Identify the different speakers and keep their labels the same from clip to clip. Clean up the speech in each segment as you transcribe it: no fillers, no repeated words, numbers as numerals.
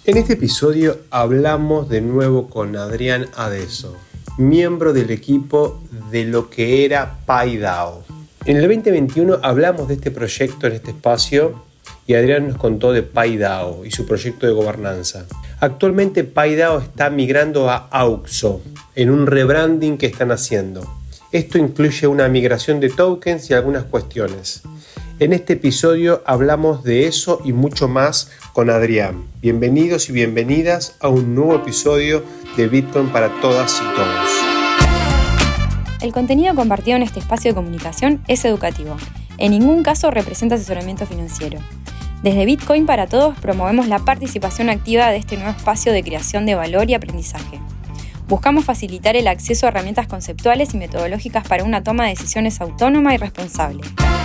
Speaker 1: En este episodio hablamos de nuevo con Adrián Adeso, miembro del equipo de lo que era PyDAO. En el 2021 hablamos de este proyecto en este espacio y Adrián nos contó de PyDAO y su proyecto de gobernanza. Actualmente PyDAO está migrando a Auxo en un rebranding que están haciendo. Esto incluye una migración de tokens y algunas cuestiones. En este episodio hablamos de eso y mucho más con Adrián. Bienvenidos y bienvenidas a un nuevo episodio de Bitcoin para todas y todos.
Speaker 2: El contenido compartido en este espacio de comunicación es educativo. En ningún caso representa asesoramiento financiero. Desde Bitcoin para Todos promovemos la participación activa de este nuevo espacio de creación de valor y aprendizaje. Buscamos facilitar el acceso a herramientas conceptuales y metodológicas para una toma de decisiones autónoma y responsable.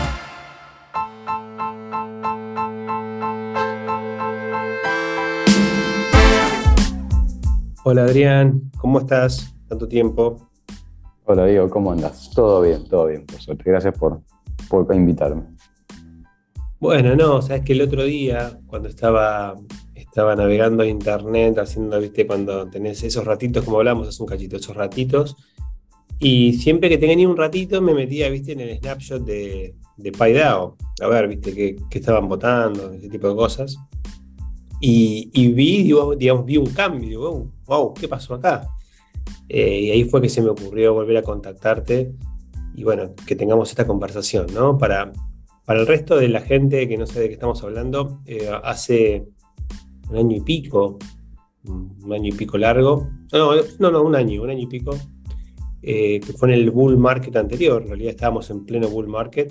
Speaker 1: Hola Adrián, ¿cómo estás? Tanto tiempo.
Speaker 3: Hola Diego, ¿cómo andas? Todo bien, por suerte. Gracias por invitarme.
Speaker 1: Bueno, no, sabes que el otro día, cuando estaba navegando a internet, haciendo, viste, cuando tenés esos ratitos, como hablamos hace un cachito, esos ratitos, y siempre que tenía ni un ratito me metía, viste, en el snapshot de PyDAO, a ver, viste, qué estaban votando, ese tipo de cosas. Y vi un cambio, digo, wow, ¿qué pasó acá? Y ahí fue que se me ocurrió volver a contactarte y bueno, que tengamos esta conversación, ¿no? Para el resto de la gente que no sabe de qué estamos hablando, hace un año y pico largo, un año y pico, que fue en el bull market anterior, en realidad estábamos en pleno bull market.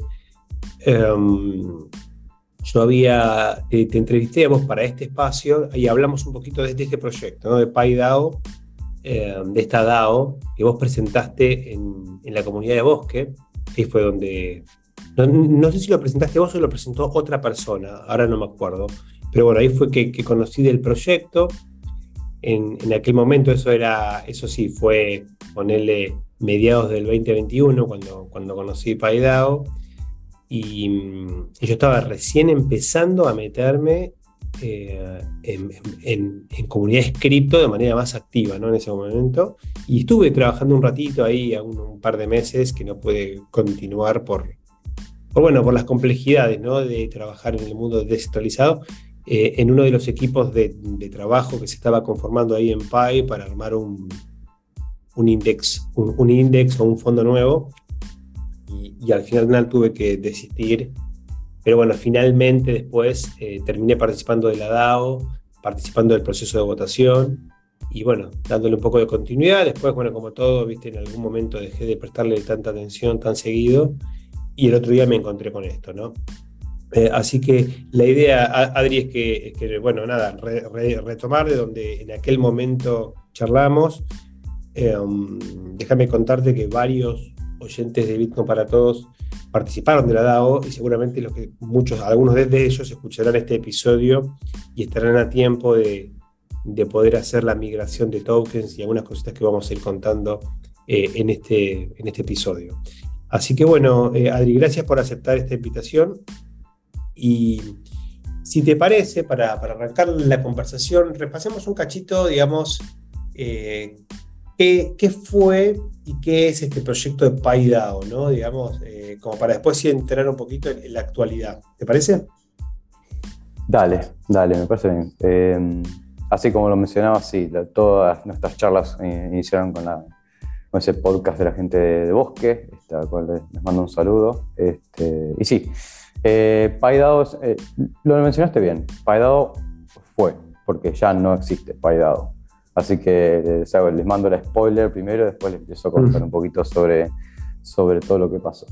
Speaker 1: Yo te entrevisté a vos para este espacio y hablamos un poquito de este proyecto, ¿no? De PyDAO, de esta DAO que vos presentaste en la comunidad de Bosque. Ahí fue donde, no sé si lo presentaste vos o lo presentó otra persona, ahora no me acuerdo, pero bueno, ahí fue que conocí del proyecto. En aquel momento eso sí, fue ponerle mediados del 2021 cuando conocí PyDAO. Y yo estaba recién empezando a meterme en comunidades cripto de manera más activa, ¿no? En ese momento. Y estuve trabajando un ratito ahí, un par de meses, que no pude continuar por las complejidades, ¿no? De trabajar en el mundo descentralizado, en uno de los equipos de trabajo que se estaba conformando ahí en Py para armar un index o un fondo nuevo. Y al final tuve que desistir, pero bueno, finalmente después terminé participando de la DAO, participando del proceso de votación y bueno, dándole un poco de continuidad. Después, bueno, como todo, viste, en algún momento dejé de prestarle tanta atención tan seguido y el otro día me encontré con esto, ¿no? Así que la idea, Adri, es que bueno, nada, retomar de donde en aquel momento charlamos. Déjame contarte que varios oyentes de Bitcoin para Todos participaron de la DAO y seguramente algunos de ellos escucharán este episodio y estarán a tiempo de poder hacer la migración de tokens y algunas cositas que vamos a ir contando en este episodio. Así que bueno, Adri, gracias por aceptar esta invitación y si te parece, para arrancar la conversación, repasemos un cachito, digamos, ¿qué fue y qué es este proyecto de PyDAO, ¿no? Digamos, como para después sí entrar un poquito en la actualidad. ¿Te parece?
Speaker 3: Dale, me parece bien. Así como lo mencionaba, sí, todas nuestras charlas iniciaron con ese podcast de la gente de Bosque, al cual les mando un saludo. Y sí, PyDAO, lo mencionaste bien, PyDAO fue, porque ya no existe PyDAO. Así que les mando la spoiler primero, después les empiezo a contar un poquito sobre todo lo que pasó.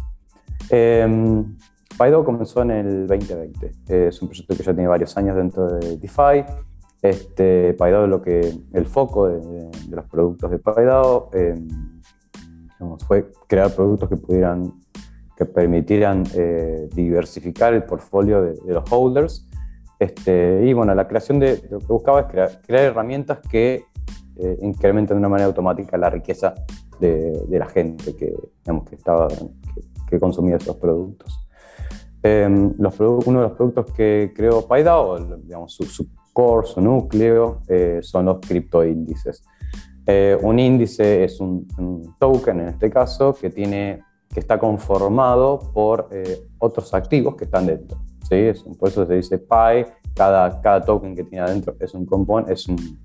Speaker 3: PyDAO comenzó en el 2020. Es un proyecto que ya tiene varios años dentro de DeFi. PyDAO, el foco de los productos de PyDAO fue crear productos que permitieran diversificar el portfolio de los holders. Y bueno, la creación de lo que buscaba es crear herramientas que incrementen de una manera automática la riqueza de la gente que consumía esos productos. Uno de los productos que creó PyDAO, digamos, su core, su núcleo, son los criptoíndices. Un índice es un token, en este caso, que está conformado por otros activos que están dentro, ¿sí? Por eso se dice Pi. Cada token que tiene adentro es un componente.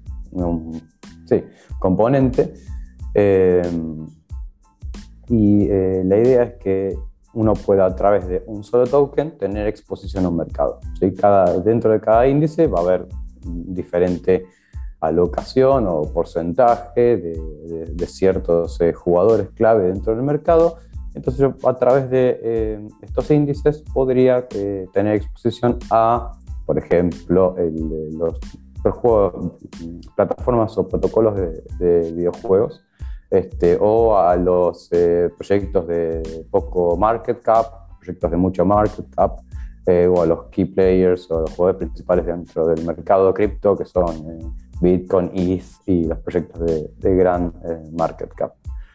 Speaker 3: La idea es que uno pueda, a través de un solo token, tener exposición a un mercado, ¿sí? Dentro de cada índice va a haber diferente alocación o porcentaje de ciertos jugadores clave dentro del mercado. Entonces yo, a través de estos índices, podría tener exposición a, por ejemplo, los juegos, plataformas o protocolos de videojuegos, o a los proyectos de poco market cap, proyectos de mucho market cap, o a los key players o los jugadores principales dentro del mercado cripto, que son Bitcoin, ETH y los proyectos de gran market cap.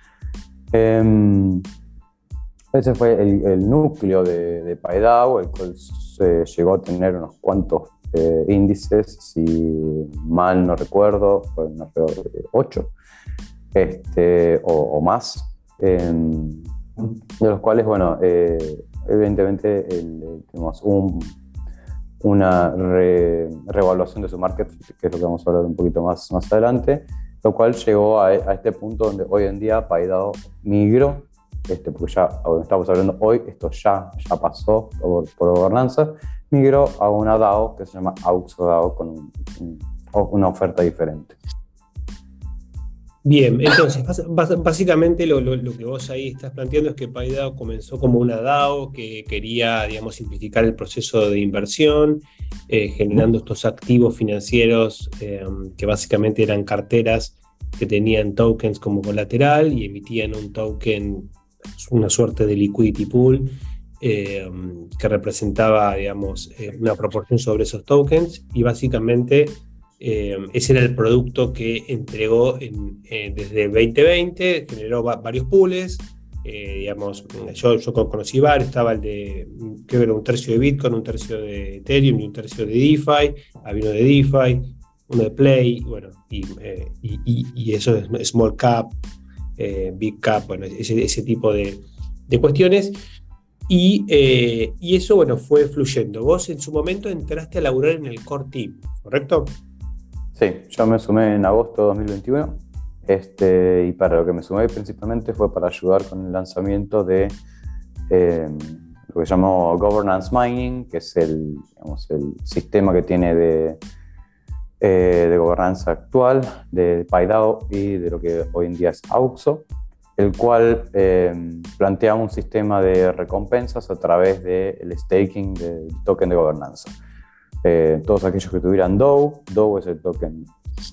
Speaker 3: Ese fue el núcleo de PaiDAO, el cual llegó a tener unos cuantos índices, si mal no recuerdo, fueron alrededor de 8 o más, de los cuales, bueno, evidentemente tenemos una reevaluación de su market, que es lo que vamos a hablar un poquito más adelante, lo cual llegó a este punto donde hoy en día PaiDAO migró, porque ya estamos hablando hoy, esto ya pasó por gobernanza, migró a una DAO que se llama Auxo DAO con una oferta diferente.
Speaker 1: Bien, entonces básicamente lo que vos ahí estás planteando es que PaiDAO comenzó como una DAO que quería, digamos, simplificar el proceso de inversión, generando estos activos financieros que básicamente eran carteras que tenían tokens como colateral y emitían un token, una suerte de liquidity pool que representaba, digamos, una proporción sobre esos tokens, y básicamente ese era el producto que entregó desde 2020, generó varios pools, digamos, yo conocí varios, estaba el de, creo que era un tercio de Bitcoin, un tercio de Ethereum y un tercio de DeFi, había uno de DeFi, uno de Play, bueno, y eso es Small Cap, Big Cap, bueno, ese tipo de cuestiones. Y eso, bueno, fue fluyendo. Vos en su momento entraste a laburar en el core team, ¿correcto?
Speaker 3: Sí, yo me sumé en agosto de 2021, y para lo que me sumé principalmente fue para ayudar con el lanzamiento de lo que llamó Governance Mining, que es el sistema que tiene de gobernanza actual de PaiDAO y de lo que hoy en día es Auxo, el cual plantea un sistema de recompensas a través del staking del token de gobernanza. Todos aquellos que tuvieran DOU es el token.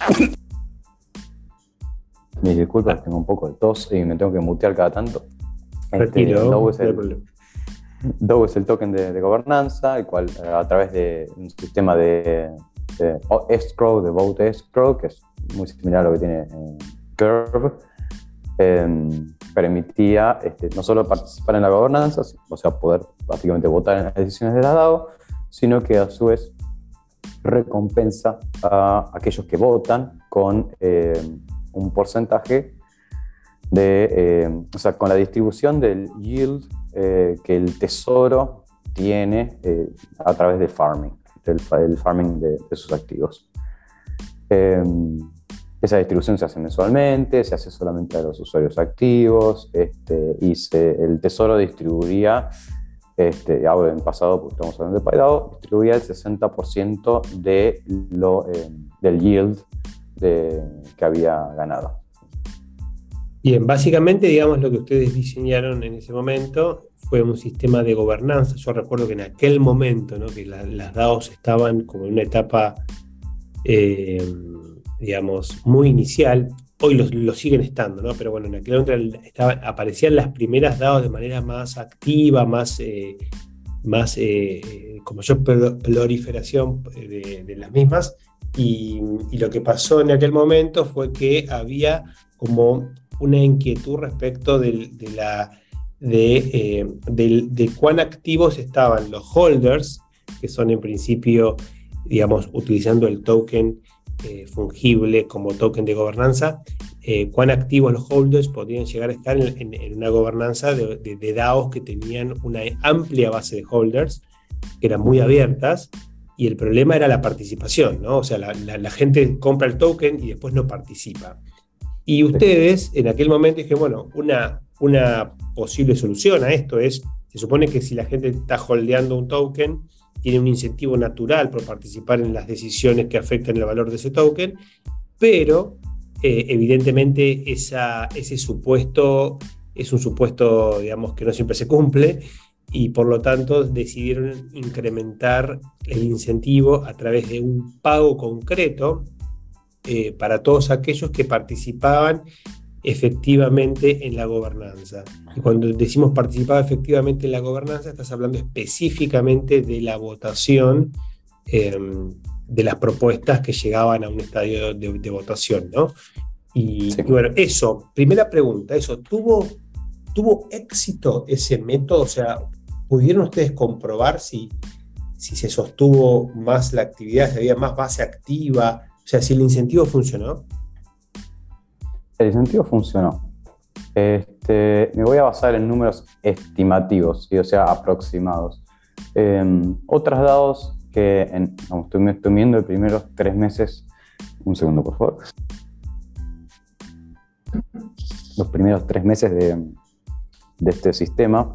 Speaker 3: Mis disculpas, tengo un poco de tos y me tengo que mutear cada tanto. DOU es el token de gobernanza, el cual a través de un sistema de escrow, de vote escrow, que es muy similar a lo que tiene Curve, permitía no solo participar en la gobernanza, o sea, poder básicamente votar en las decisiones de la DAO, sino que a su vez recompensa a aquellos que votan con un porcentaje o sea, con la distribución del yield que el tesoro tiene a través del farming, el farming de sus activos. Esa distribución se hace mensualmente, se hace solamente a los usuarios activos, y el tesoro distribuiría, ahora en pasado, porque estamos hablando de PaiDAO, distribuía el 60% del yield que había ganado.
Speaker 1: Bien, básicamente, digamos, lo que ustedes diseñaron en ese momento fue un sistema de gobernanza. Yo recuerdo que en aquel momento, ¿no?, que las DAOs estaban como en una etapa, digamos, muy inicial. Hoy lo siguen estando, ¿no? Pero bueno, en aquel momento aparecían las primeras DAOs de manera más activa, más como yo, proliferación de las mismas. Y lo que pasó en aquel momento fue que había como una inquietud respecto de cuán activos estaban los holders, que son en principio digamos, utilizando el token fungible como token de gobernanza, cuán activos los holders podrían llegar a estar en una gobernanza de DAOs que tenían una amplia base de holders, que eran muy abiertas, y el problema era la participación, ¿no? O sea, la gente compra el token y después no participa. Y ustedes en aquel momento dijeron, bueno, una posible solución a esto es, se supone que si la gente está holdeando un token, tiene un incentivo natural por participar en las decisiones que afectan el valor de ese token, pero evidentemente ese supuesto es un supuesto, digamos, que no siempre se cumple, y por lo tanto decidieron incrementar el incentivo a través de un pago concreto para todos aquellos que participaban efectivamente en la gobernanza. Y cuando decimos participar efectivamente en la gobernanza, estás hablando específicamente de la votación de las propuestas que llegaban a un estadio de votación, ¿no? Y bueno, eso, primera pregunta, ¿tuvo éxito ese método? O sea, ¿pudieron ustedes comprobar si se sostuvo más la actividad, si había más base activa? O sea, si el incentivo funcionó.
Speaker 3: El incentivo funcionó. Me voy a basar en números estimativos, ¿sí? O sea, aproximados. Otras DAOs que estoy viendo los primeros 3 meses. Un segundo, por favor. Los primeros 3 meses de este sistema.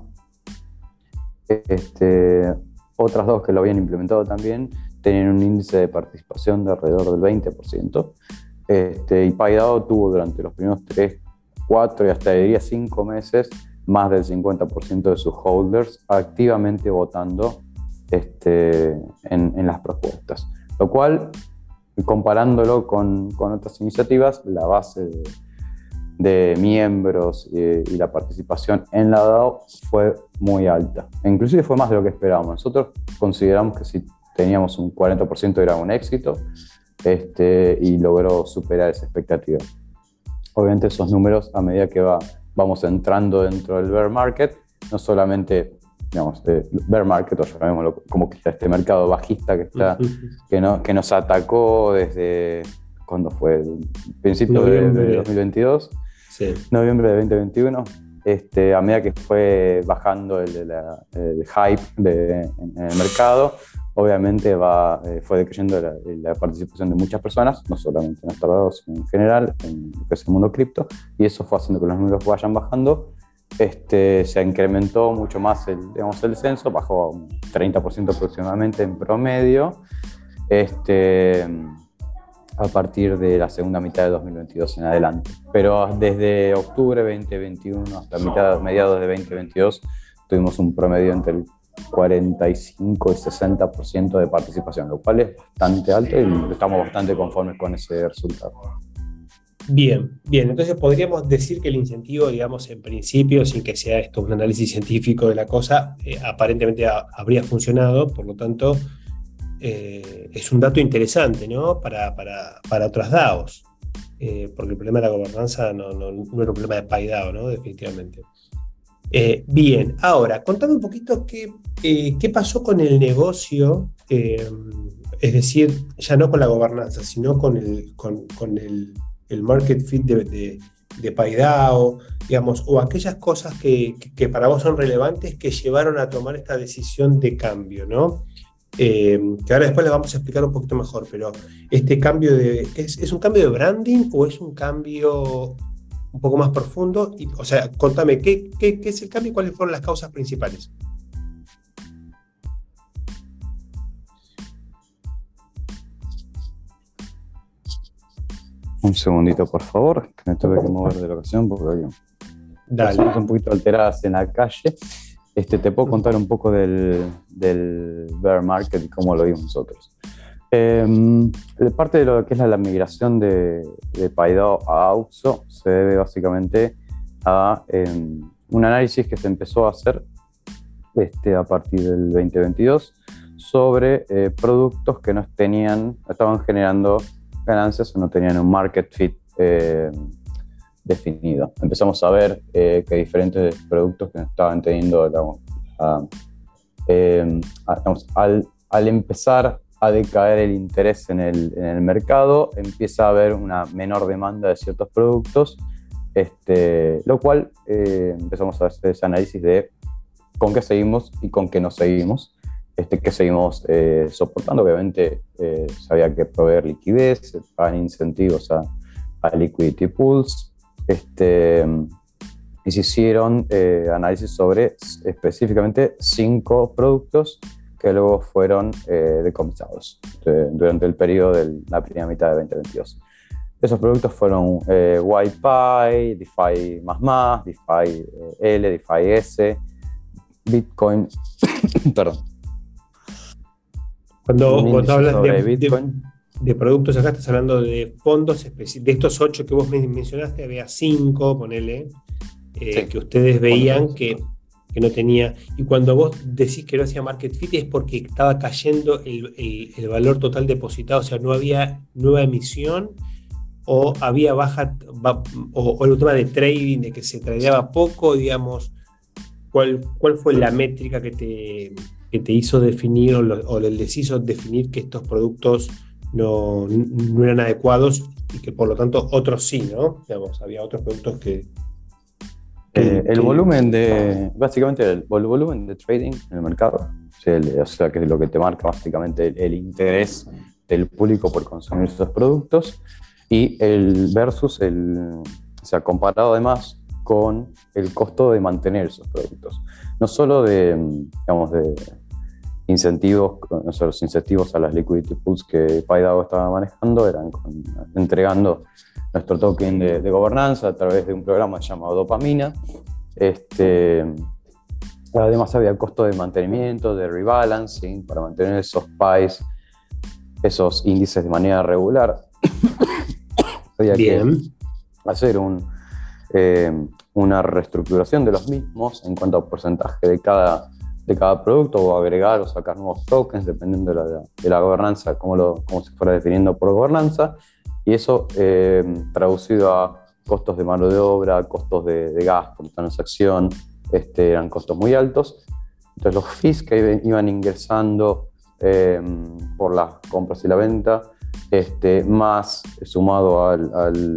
Speaker 3: Otras DAOs que lo habían implementado también tenían un índice de participación de alrededor del 20%. Y PaiDAO tuvo durante los primeros 3, 4 y hasta diría 5 meses más del 50% de sus holders activamente votando en las propuestas. Lo cual, comparándolo con otras iniciativas, la base de miembros y la participación en la DAO fue muy alta. E inclusive fue más de lo que esperábamos. Nosotros consideramos que si teníamos un 40% era un éxito. Y logró superar esa expectativa. Obviamente esos números, a medida que vamos entrando dentro del bear market, no solamente, digamos, bear market, o llamémoslo como que este mercado bajista que nos atacó desde, ¿cuándo fue? Principio de 2022,
Speaker 1: sí.
Speaker 3: Noviembre de 2021. A medida que fue bajando el hype en el mercado, obviamente fue decreyendo la participación de muchas personas, no solamente en nuestra DAO, sino en general, en lo que es el mundo cripto, y eso fue haciendo que los números vayan bajando. Se incrementó mucho más el censo, bajó a un 30% aproximadamente en promedio, a partir de la segunda mitad de 2022 en adelante. Pero desde octubre de 2021 hasta mediados de 2022 tuvimos un promedio entre el 45 y 60% de participación, lo cual es bastante alto y estamos bastante conformes con ese resultado.
Speaker 1: Bien, entonces podríamos decir que el incentivo, digamos, en principio, sin que sea esto un análisis científico de la cosa, aparentemente habría funcionado, por lo tanto, es un dato interesante, ¿no? Para otras DAOs, porque el problema de la gobernanza no era un problema de PaiDAO, ¿no? Definitivamente. Bien, ahora, contame un poquito qué pasó con el negocio, es decir, ya no con la gobernanza, sino con el market fit de PaiDAO, digamos, o aquellas cosas que para vos son relevantes que llevaron a tomar esta decisión de cambio, ¿no? Que ahora después les vamos a explicar un poquito mejor, pero este cambio ¿es un cambio de branding o es un cambio un poco más profundo? O sea, contame, ¿qué es el cambio y cuáles fueron las causas principales?
Speaker 3: Un segundito, por favor, que me tuve que mover de locación porque estamos un poquito alteradas en la calle. Te puedo contar un poco del bear market y cómo lo vimos nosotros. Parte de lo que es la migración de PaiDAO a AUXO se debe básicamente a un análisis que se empezó a hacer a partir del 2022 sobre productos que no estaban generando ganancias o no tenían un market fit definido. Empezamos a ver que diferentes productos que no estaban teniendo, al empezar a decaer el interés en el mercado, empieza a haber una menor demanda de ciertos productos, lo cual empezamos a hacer ese análisis de con qué seguimos y con qué no seguimos, qué seguimos soportando. Obviamente había que proveer liquidez, pagar incentivos a liquidity pools, y se hicieron análisis sobre específicamente 5 productos que luego fueron decomisados durante el periodo de la primera mitad de 2022. Esos productos fueron YPI, DeFi++, DeFi L, DeFi S, Bitcoin, perdón.
Speaker 1: Cuando hablas
Speaker 3: Bitcoin,
Speaker 1: de productos, acá estás hablando de fondos específicos. De estos 8 que vos mencionaste, había 5, ponele, sí, que ustedes veían que no tenía. Y cuando vos decís que no hacía market fit, es porque estaba cayendo el valor total depositado, o sea, no había nueva emisión, o había baja, o el tema de trading, de que se tradeaba poco, digamos. ¿Cuál fue la métrica que te hizo definir o les hizo definir que estos productos no eran adecuados y que por lo tanto otros sí, ¿no? Digamos, había otros productos que
Speaker 3: el volumen básicamente el volumen de trading en el mercado, o sea, que es lo que te marca básicamente el interés del público por consumir esos productos, y o sea, comparado además con el costo de mantener esos productos. No solo de incentivos, no solo los incentivos a las liquidity pools que PyDAO estaba manejando, eran entregando nuestro token de gobernanza a través de un programa llamado Dopamina. Además había costo de mantenimiento, de rebalancing, para mantener esos PIs, esos índices de manera regular. Había que hacer una reestructuración de los mismos en cuanto a porcentaje de cada producto, o agregar o sacar nuevos tokens dependiendo de la gobernanza, cómo se fuera definiendo por gobernanza, y eso traducido a costos de mano de obra, costos de gas por transacción, eran costos muy altos. Entonces los fees que iban ingresando por las compras y la venta, más sumado a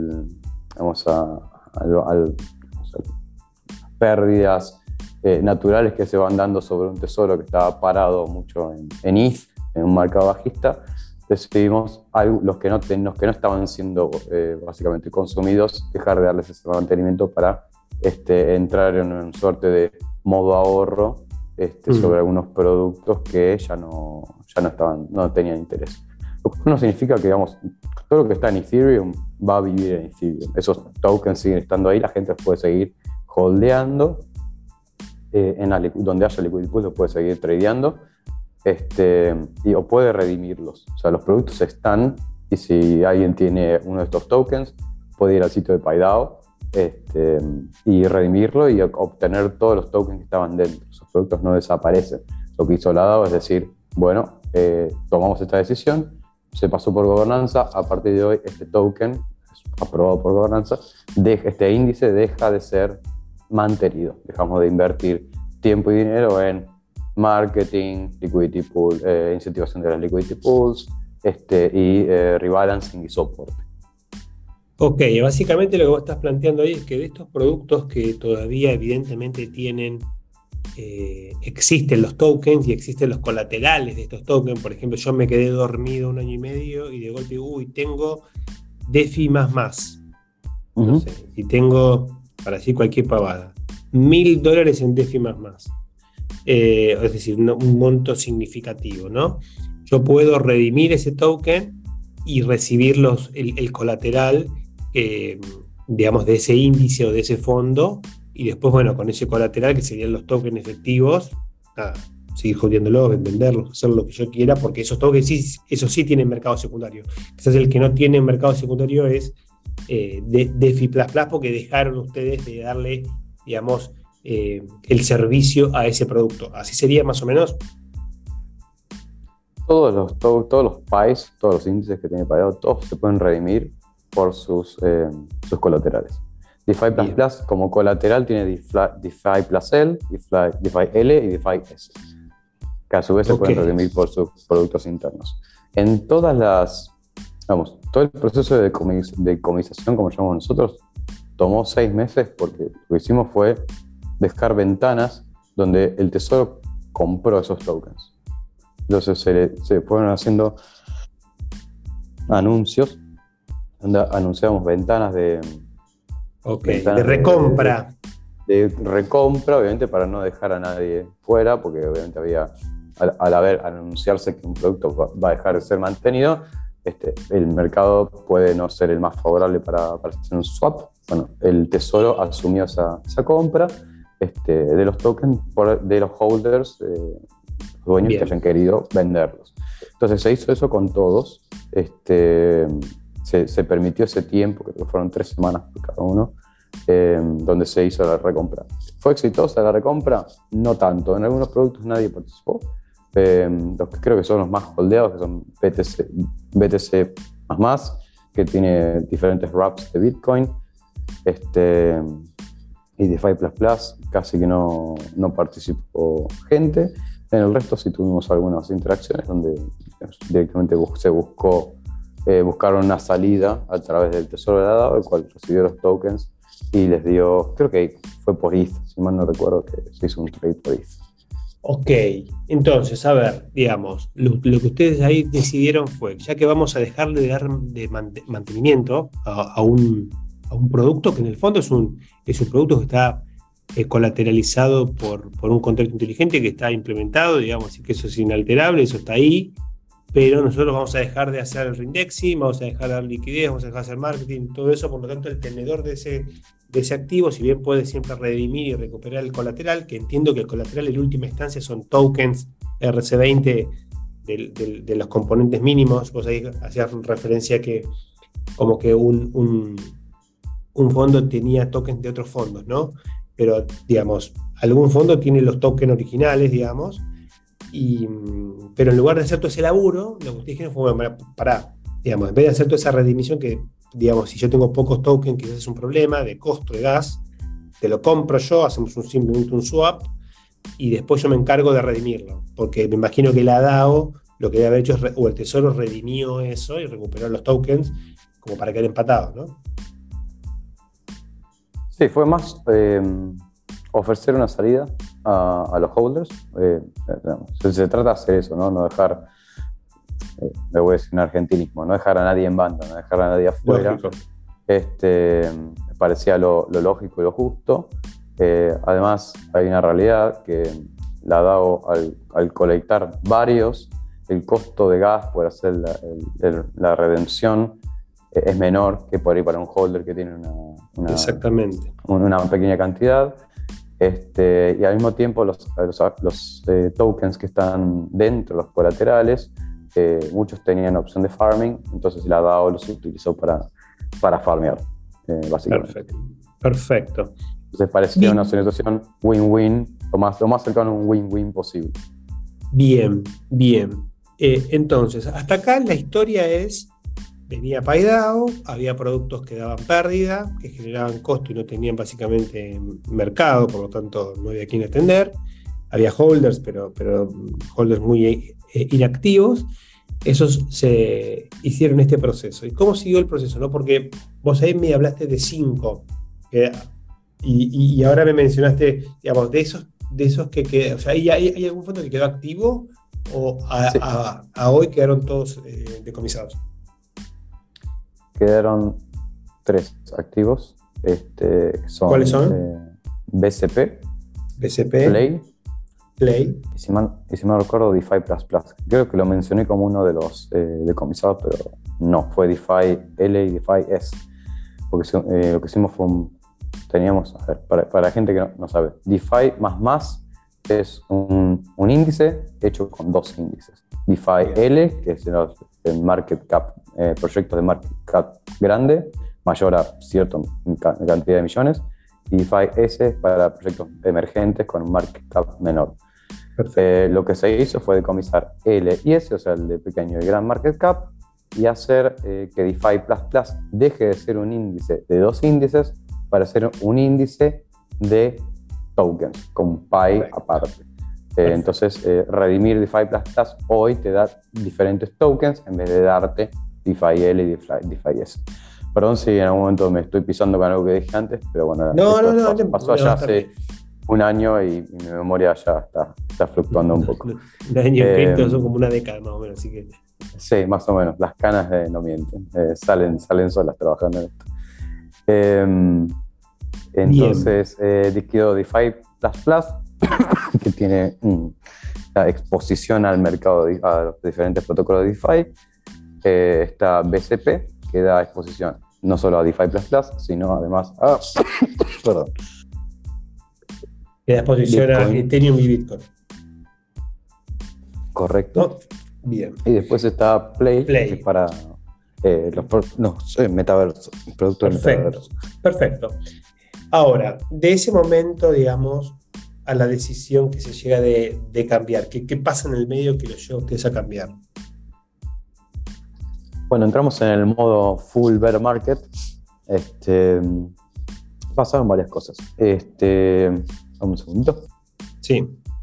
Speaker 3: pérdidas naturales que se van dando sobre un tesoro que estaba parado mucho en ETH, en un mercado bajista, decidimos los que no estaban siendo básicamente consumidos, dejar de darles ese mantenimiento para entrar en una suerte de modo ahorro sobre algunos productos que ya no tenían interés. Lo cual no significa que, digamos, todo lo que está en Ethereum va a vivir en Ethereum. Esos tokens siguen estando ahí, la gente los puede seguir holdeando, donde haya liquidity pool los puede seguir tradeando, o puede redimirlos. O sea, los productos están, y si alguien tiene uno de estos tokens, puede ir al sitio de PyDAO y redimirlo y obtener todos los tokens que estaban dentro. Esos productos no desaparecen. Lo que hizo la DAO es decir, bueno, tomamos esta decisión, se pasó por gobernanza, a partir de hoy este token, aprobado por gobernanza, este índice deja de ser mantenido. Dejamos de invertir tiempo y dinero en marketing, liquidity pool, incentivación de las liquidity pools, y rebalancing y soporte.
Speaker 1: Ok, básicamente lo que vos estás planteando ahí es que de estos productos que todavía evidentemente existen los tokens y existen los colaterales de estos tokens. Por ejemplo, yo me quedé dormido 1 año y medio y de golpe, tengo DeFi++. No sé, y tengo, para decir cualquier pavada, $1.000 en DeFi++. Es decir, un monto significativo, ¿no? Yo puedo redimir ese token y recibir el colateral, digamos, de ese índice o de ese fondo, y después, bueno, con ese colateral, que serían los tokens efectivos, seguir jodiéndolos, venderlos, hacer lo que yo quiera, porque esos tokens eso sí tienen mercado secundario. Quizás el que no tiene mercado secundario es DeFi++, porque dejaron ustedes de darle, digamos, el servicio a ese producto. Así sería más o menos.
Speaker 3: Todos los PIs, todos los índices que tiene PyDAO, todos se pueden redimir por sus colaterales. DeFi++ como colateral tiene DeFi+L, DeFi L y DeFi S, que a su vez se pueden redimir por sus productos internos. En todas las, vamos, todo el proceso de decomisación, como llamamos nosotros, tomó 6 meses porque lo que hicimos fue dejar ventanas donde el tesoro compró esos tokens. Entonces se fueron haciendo anuncios donde anunciamos ventanas de
Speaker 1: recompra.
Speaker 3: De recompra, obviamente para no dejar a nadie fuera, porque obviamente al anunciarse que un producto va a dejar de ser mantenido, el mercado puede no ser el más favorable para hacer un swap. Bueno, el tesoro asumió esa compra de los tokens de los holders, los dueños que hayan querido venderlos. Entonces se hizo eso con todos. Se permitió ese tiempo, que fueron 3 semanas por cada uno, donde se hizo la recompra. ¿Fue exitosa la recompra? No tanto. En algunos productos nadie participó. Los que creo que son los más holdeados, que son BTC++, que tiene diferentes wraps de Bitcoin, y DeFi++, casi que no participó gente. En el resto sí tuvimos algunas interacciones donde directamente se buscaron una salida a través del tesoro de la DAO, el cual recibió los tokens y les dio, creo que fue por ETH, si mal no recuerdo, que se hizo un trade por ETH.
Speaker 1: Ok, entonces, a ver, digamos, lo que ustedes ahí decidieron fue, ya que vamos a dejar de dar mantenimiento a un producto que en el fondo es un producto que está colateralizado por un contrato inteligente que está implementado, digamos, y que eso es inalterable, eso está ahí, pero nosotros vamos a dejar de hacer el reindexing, vamos a dejar de dar liquidez, vamos a dejar de hacer marketing, todo eso, por lo tanto el tenedor de ese activo, si bien puede siempre redimir y recuperar el colateral, que entiendo que el colateral en última instancia son tokens RC20 de los componentes mínimos. Vos ahí hacías referencia que como que un fondo tenía tokens de otros fondos, ¿no? Pero, digamos, algún fondo tiene los tokens originales, digamos, pero en lugar de hacer todo ese laburo, lo que ustedes dijeron fue, bueno, digamos, en vez de hacer toda esa redimisión que, digamos, si yo tengo pocos tokens, quizás es un problema de costo de gas, te lo compro yo, hacemos simplemente un swap, y después yo me encargo de redimirlo, porque me imagino que la DAO lo que debe haber hecho es, o el tesoro redimió eso y recuperó los tokens como para quedar empatados, ¿no? Sí,
Speaker 3: fue más ofrecer una salida a los holders. Se trata de hacer eso, no dejar, le voy a decir un argentinismo, no dejar a nadie en banda, no dejar a nadie afuera. Parecía lo lógico y lo justo. Además, hay una realidad que la DAO, al colectar varios, el costo de gas por hacer la redención es menor que por ir para un holder que tiene
Speaker 1: Exactamente.
Speaker 3: Una pequeña cantidad. Y al mismo tiempo los tokens que están dentro, los colaterales, muchos tenían opción de farming, entonces la DAO los utilizó para farmear, básicamente.
Speaker 1: Perfecto.
Speaker 3: Entonces parecía una situación win-win, lo más cercano a un win-win posible.
Speaker 1: Bien. Entonces, hasta acá la historia es: venía PayDAO, había productos que daban pérdida, que generaban costo y no tenían básicamente mercado, por lo tanto no había quien atender. Había holders, pero holders muy inactivos. Esos se hicieron este proceso. ¿Y cómo siguió el proceso? ¿No? Porque vos ahí me hablaste de 5, y ahora me mencionaste, digamos, de esos que o sea, ¿hay algún fondo que quedó activo o
Speaker 3: Sí.
Speaker 1: a hoy quedaron todos decomisados?
Speaker 3: Quedaron 3 activos.
Speaker 1: ¿Cuáles son?
Speaker 3: BCP,
Speaker 1: BCP, Play.
Speaker 3: y si mal no recuerdo, DeFi++. Creo que lo mencioné como uno de los decomisados, pero no, fue DeFi L y DeFi S. Porque lo que hicimos fue teníamos, a ver, para la gente que no sabe, DeFi++ es un índice hecho con 2 índices. DeFi L, que es el market cap, proyectos de market cap grande, mayor a cierta cantidad de millones, y DeFi S para proyectos emergentes con un market cap menor. Lo que se hizo fue decomisar L y S, o sea, el de pequeño y gran market cap, y hacer que DeFi++ deje de ser un índice de 2 índices para ser un índice de tokens, con Pi aparte. Entonces, redimir DeFi++ hoy te da diferentes tokens en vez de darte DeFi L y DeFi S. Perdón si en algún momento me estoy pisando con algo que dije antes, pero bueno, pasó ya hace un año y mi memoria ya está fluctuando un poco.
Speaker 1: Un año en cripto son como una década más o menos, así que...
Speaker 3: Sí, más o menos. Las canas no mienten. Salen solas trabajando en esto. Entonces, quedó DeFi++, que tiene la exposición al mercado, a los diferentes protocolos de DeFi. Está BCP, que da exposición no solo a DeFi++, sino además a... perdón.
Speaker 1: Que da exposición a Ethereum y Bitcoin.
Speaker 3: Correcto.
Speaker 1: ¿No? Bien.
Speaker 3: Y después está Play. Que es para metaverso, productos de metaverso.
Speaker 1: Perfecto. Ahora, de ese momento, digamos, a la decisión que se llega de cambiar, ¿qué pasa en el medio que lo lleva a ustedes a cambiar?
Speaker 3: Bueno, entramos en el modo full bear market. Pasaron varias cosas. Un segundito.
Speaker 1: Sí.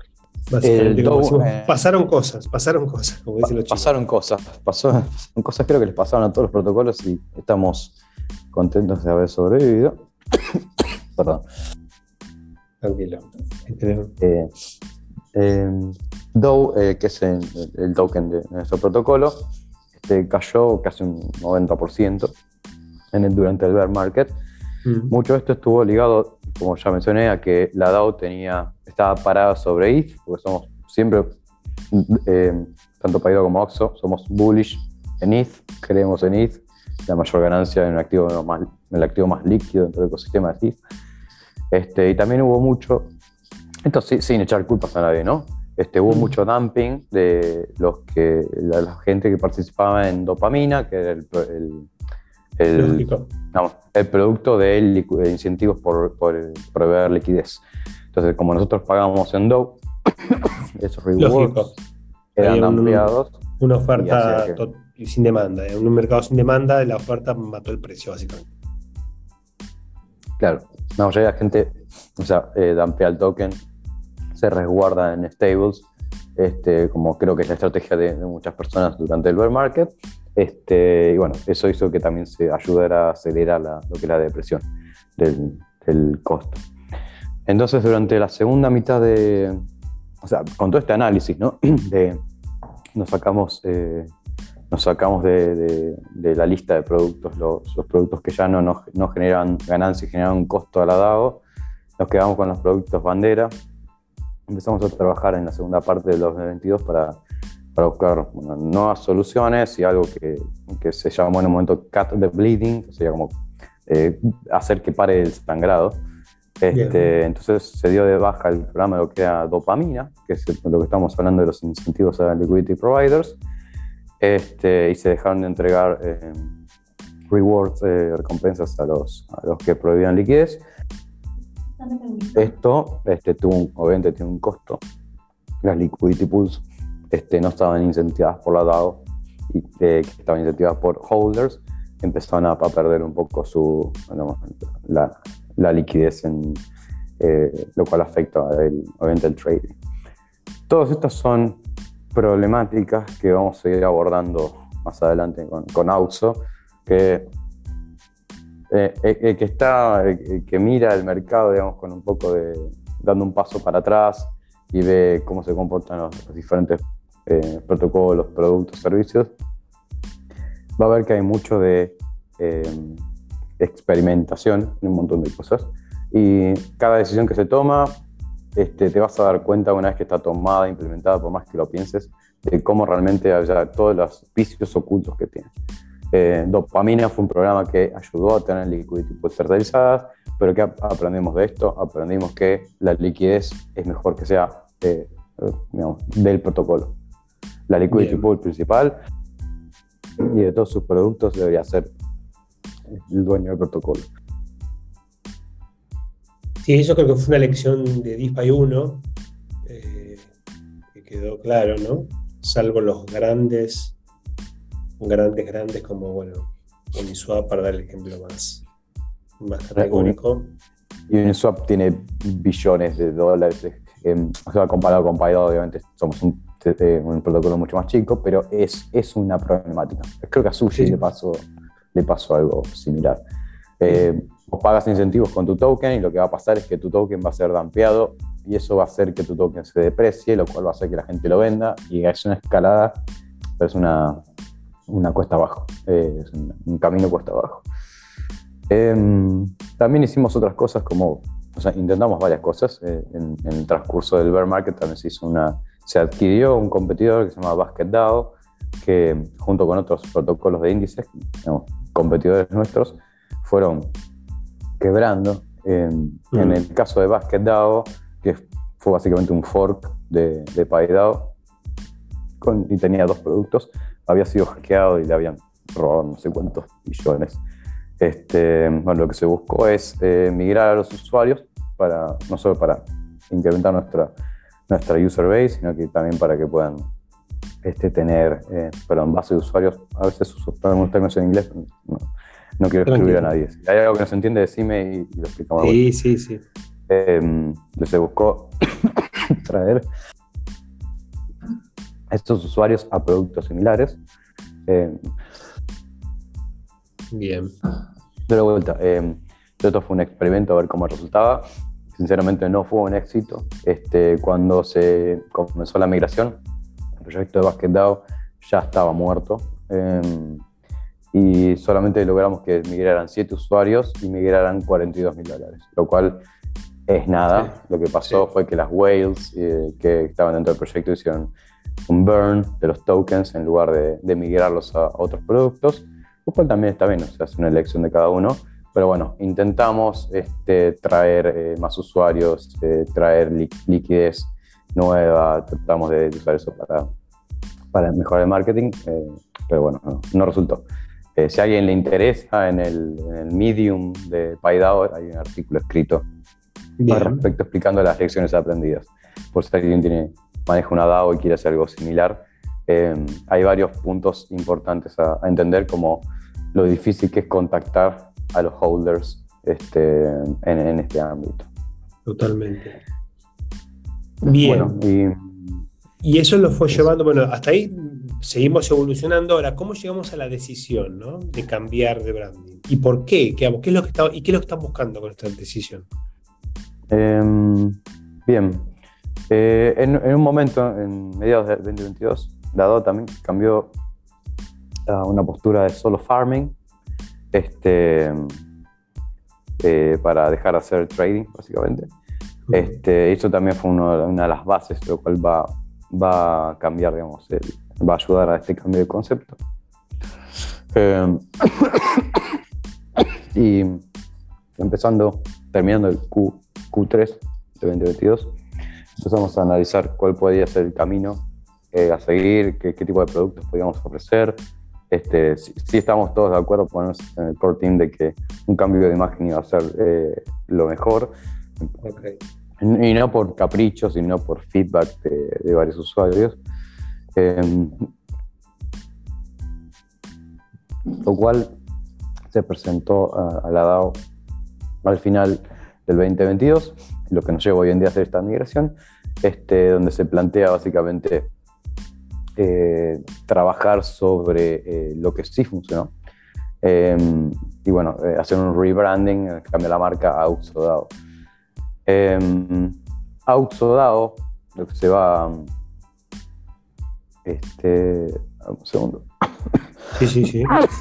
Speaker 1: Pasaron cosas, como dicen los chicos.
Speaker 3: Pasaron cosas, creo que les pasaron a todos los protocolos y estamos contentos de haber sobrevivido. Perdón.
Speaker 1: Tranquilo.
Speaker 3: DOE, que es el token de nuestro protocolo, cayó casi un 90% durante el bear market. Mucho de esto estuvo ligado, como ya mencioné, a que la DAO estaba parada sobre ETH, porque somos siempre, tanto Paido como Oxo, somos bullish en ETH, creemos en ETH, la mayor ganancia en el activo más líquido dentro del ecosistema de ETH. Y también hubo mucho, esto sin echar culpas a nadie, ¿no? Hubo mucho dumping de la gente que participaba en dopamina, que era el producto de incentivos por proveer liquidez. Entonces, como nosotros pagamos en DOE, esos rewards eran ampliados.
Speaker 1: Una oferta sin demanda. En un mercado sin demanda, la oferta mató el precio, básicamente.
Speaker 3: Claro, la mayoría de la gente dumpea el token, se resguarda en stables, como creo que es la estrategia de muchas personas durante el bear market. Y bueno, eso hizo que también se ayudara a acelerar lo que es la depresión del costo. Entonces, durante la segunda mitad con todo este análisis, ¿no? Nos sacamos de la lista de productos los productos que ya no generan ganancia y generan un costo a la DAO. Nos quedamos con los productos bandera. Empezamos a trabajar en la segunda parte del 2022 para buscar nuevas soluciones y algo que se llamó en un momento cut the bleeding, o sea, como hacer que pare el sangrado. Entonces se dio de baja el programa de lo que era dopamina, que es lo que estamos hablando de los incentivos a liquidity providers, y se dejaron de entregar rewards, recompensas a los que proveían liquidez. Esto obviamente tiene un costo. Las liquidity pools no estaban incentivadas por la DAO y que estaban incentivadas por holders, empezaron a perder un poco la liquidez, lo cual afecta obviamente el trading. Todas estas son problemáticas que vamos a seguir abordando más adelante con Auxo, que mira el mercado, digamos, con un poco dando un paso para atrás y ve cómo se comportan los diferentes protocolos, productos, servicios. Va a ver que hay mucho de experimentación en un montón de cosas y cada decisión que se toma te vas a dar cuenta una vez que está tomada, implementada, por más que lo pienses, de cómo realmente hay todos los vicios ocultos que tiene. Dopamina fue un programa que ayudó a tener liquidity pools centralizadas, pero ¿qué aprendimos de esto? Aprendimos que la liquidez es mejor que sea del protocolo. La liquidity pool principal y de todos sus productos debería ser el dueño del protocolo.
Speaker 1: Sí, eso creo que fue una lección de DeFi 1 que quedó claro, ¿no? Salvo los grandes como, Uniswap, para dar el ejemplo más categórico.
Speaker 3: Y Uniswap tiene billones de dólares o sea, comparado con PyDAO, obviamente somos un protocolo mucho más chico, pero es una problemática. Creo que a Sushi le pasó algo similar. Vos pagas incentivos con tu token y lo que va a pasar es que tu token va a ser dampeado y eso va a hacer que tu token se deprecie, lo cual va a hacer que la gente lo venda y es una escalada, pero es una cuesta abajo, es un camino cuesta abajo. También hicimos otras cosas como, o sea, intentamos varias cosas. En el transcurso del bear market también se adquirió un competidor que se llama BasketDAO, que junto con otros protocolos de índices, digamos, competidores nuestros, fueron quebrando. En el caso de BasketDAO, que fue básicamente un fork de PyDAO, y tenía 2 productos, había sido hackeado y le habían robado no sé cuántos millones. Bueno, lo que se buscó es migrar a los usuarios no solo para incrementar nuestra user base, sino que también para que puedan tener base de usuarios. A veces uso algunos términos en inglés, no quiero excluir a nadie. Si hay algo que no se entiende, decime y lo explicamos.
Speaker 1: Sí.
Speaker 3: Se buscó traer a estos usuarios a productos similares.
Speaker 1: Bien.
Speaker 3: De vuelta, esto fue un experimento a ver cómo resultaba. Sinceramente no fue un éxito. Cuando se comenzó la migración, el proyecto de BasketDAO ya estaba muerto. Y solamente logramos que migraran 7 usuarios y migraran $42,000, lo cual es nada. Sí. Lo que pasó fue que las whales que estaban dentro del proyecto hicieron un burn de los tokens en lugar de migrarlos a otros productos, lo cual también está bien, o sea, es una elección de cada uno. Pero bueno, intentamos traer más usuarios, traer liquidez nueva, tratamos de usar eso para mejorar el marketing, pero bueno, no resultó. Si a alguien le interesa, en el Medium de PyDAO hay un artículo escrito al respecto explicando las lecciones aprendidas. Por si alguien maneja una DAO y quiere hacer algo similar, hay varios puntos importantes a entender, como lo difícil que es contactar a los holders en este ámbito.
Speaker 1: Totalmente. Bien.
Speaker 3: Bueno,
Speaker 1: y eso lo fue llevando, bueno, hasta ahí seguimos evolucionando. Ahora, ¿cómo llegamos a la decisión, ¿no?, de cambiar de branding? ¿Y por qué? ¿Qué es lo que están buscando con esta decisión?
Speaker 3: Bien. En un momento, en mediados de 2022, la DAO también cambió a una postura de solo farming, para dejar de hacer trading, básicamente. Eso también fue una de las bases, lo cual va a cambiar, digamos, va a ayudar a este cambio de concepto. Y terminando el Q3 de 2022, empezamos a analizar cuál podía ser el camino a seguir, qué tipo de productos podíamos ofrecer. Sí estamos todos de acuerdo, ponernos en el core team, de que un cambio de imagen iba a ser lo mejor.
Speaker 1: Okay.
Speaker 3: Y no por capricho, sino por feedback de varios usuarios. Lo cual se presentó a la DAO al final del 2022, lo que nos lleva hoy en día a hacer esta migración, donde se plantea básicamente trabajar sobre lo que sí funcionó, y bueno, hacer un rebranding, cambiar la marca a AuxoDAO. AuxoDAO, lo que se va... un segundo.
Speaker 1: Sí.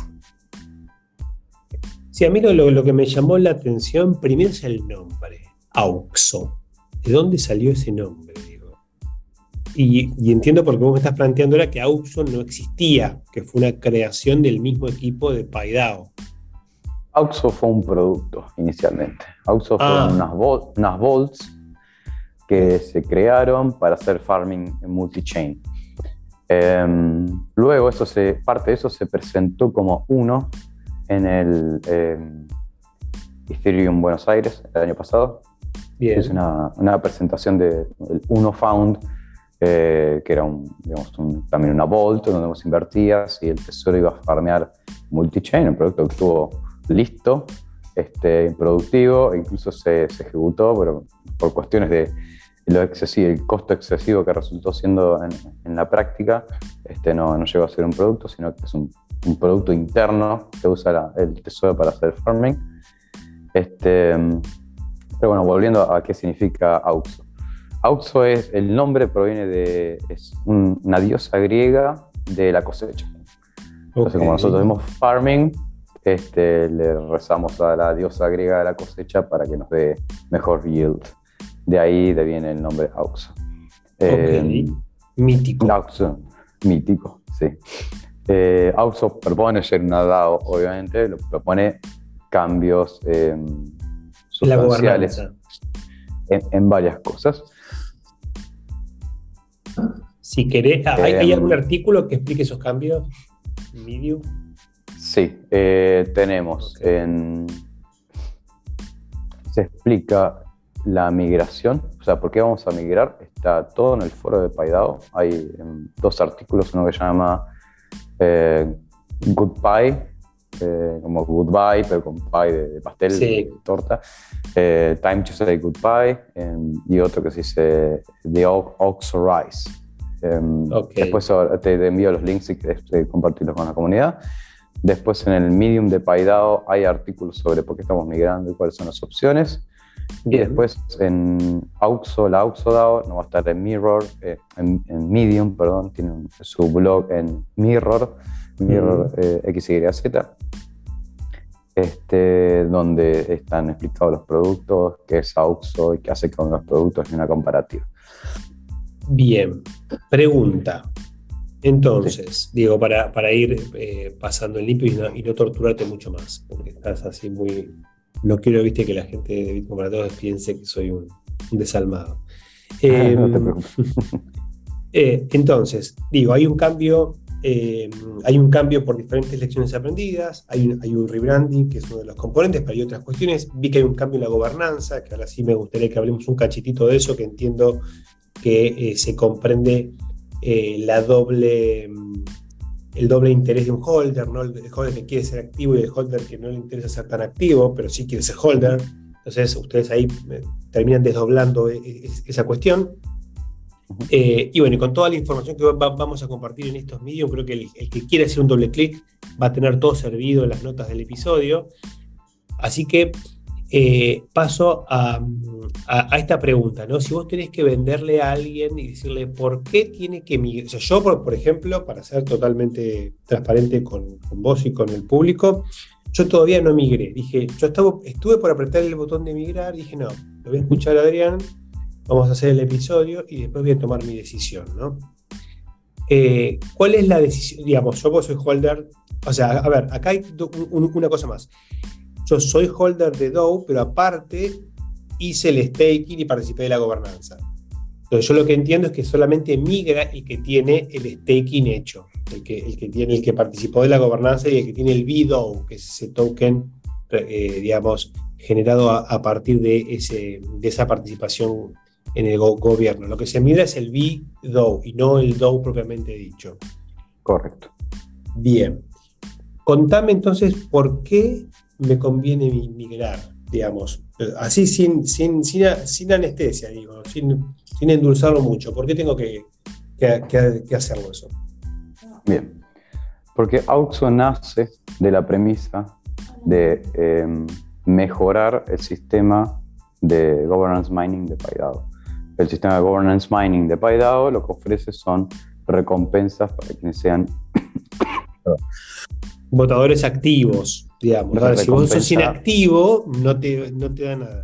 Speaker 1: Sí, a mí lo que me llamó la atención primero es el nombre, Auxo. ¿De dónde salió ese nombre? Digo. Y entiendo por qué vos me estás planteando ahora que Auxo no existía, que fue una creación del mismo equipo de PyDAO.
Speaker 3: Auxo fue un producto inicialmente. Auxo fueron unas vaults que se crearon para hacer farming en multi-chain. Luego parte de eso se presentó como uno en el Ethereum Buenos Aires el año pasado.
Speaker 1: Bien.
Speaker 3: Es una presentación del Uno Found, que era también una vault donde vos invertías y el tesoro iba a farmear multi-chain, un producto que estuvo listo, productivo, e incluso se ejecutó, pero por cuestiones el costo excesivo que resultó siendo en la práctica, no llegó a ser un producto, sino que es un producto interno que usa el Tesoro para hacer farming. Pero bueno, volviendo a qué significa Auxo. Auxo el nombre proviene es una diosa griega de la cosecha. Entonces, como nosotros vemos farming, le rezamos a la diosa griega de la cosecha para que nos dé mejor yield. De ahí viene el nombre Auxo.
Speaker 1: Mítico.
Speaker 3: Auxo, mítico, sí. Auxo propone ser una DAO, obviamente, propone cambios sustanciales en varias cosas.
Speaker 1: Si querés, ¿hay algún artículo que explique esos cambios? ¿Medium?
Speaker 3: Sí, tenemos se explica la migración, o sea, ¿por qué vamos a migrar? Está todo en el foro de PyDAO. Hay 2 artículos, uno que se llama Good Pie, como goodbye, pero con pie de pastel, sí, de torta. Time to say goodbye, y otro que se dice The Auxo Rise. Después te envío los links si querés compartirlos con la comunidad. Después en el Medium de PyDAO hay artículos sobre por qué estamos migrando y cuáles son las opciones. Bien. Y después en Auxo, la Auxo DAO no va a estar en en Medium, perdón, tiene su blog en Mirror XYZ, donde están explicados los productos, qué es Auxo y qué hace con los productos y una comparativa.
Speaker 1: Bien, pregunta. Entonces, sí, digo, para ir pasando el limpio y no torturarte mucho más, porque estás así muy... No quiero, viste, que la gente de Bitcoin para Todos piense que soy un desalmado.
Speaker 3: No te preocupes.
Speaker 1: Entonces, digo, hay un cambio por diferentes lecciones aprendidas, hay un rebranding, que es uno de los componentes, pero hay otras cuestiones. Vi que hay un cambio en la gobernanza, que ahora sí me gustaría que hablemos un cachitito de eso, que entiendo que se comprende el doble interés de un holder, ¿no? El holder que quiere ser activo y el holder que no le interesa ser tan activo, pero sí quiere ser holder. Entonces ustedes ahí terminan desdoblando esa cuestión. Y bueno, y con toda la información que vamos a compartir en estos medios, creo que el que quiera hacer un doble clic va a tener todo servido en las notas del episodio. Así que paso a esta pregunta, ¿no? Si vos tenés que venderle a alguien y decirle por qué tiene que migrar. O sea, yo, por ejemplo, para ser totalmente transparente con vos y con el público, yo todavía no migré. Dije, estuve por apretar el botón de migrar, dije, no, lo voy a escuchar a Adrián, vamos a hacer el episodio y después voy a tomar mi decisión, ¿no? ¿Cuál es la decisión? Digamos, yo soy holder. O sea, a ver, acá hay una cosa más. Yo soy holder de DAO, pero aparte hice el staking y participé de la gobernanza. Entonces yo lo que entiendo es que solamente migra el que tiene el staking hecho, el que participó de la gobernanza y el que tiene el VDAO, que es ese token, digamos, generado a partir de esa participación en el gobierno. Lo que se migra es el VDAO y no el DAO propiamente dicho.
Speaker 3: Correcto.
Speaker 1: Bien. Contame entonces por qué me conviene migrar, digamos, así sin anestesia, digo, sin endulzarlo mucho. ¿Por qué tengo que hacerlo eso?
Speaker 3: Bien, porque Auxo nace de la premisa de mejorar el sistema de governance mining de PyDAO. El sistema de governance mining de PyDAO lo que ofrece son recompensas para quienes sean
Speaker 1: votadores activos, digamos. Ahora, si vos sos inactivo, no te da nada.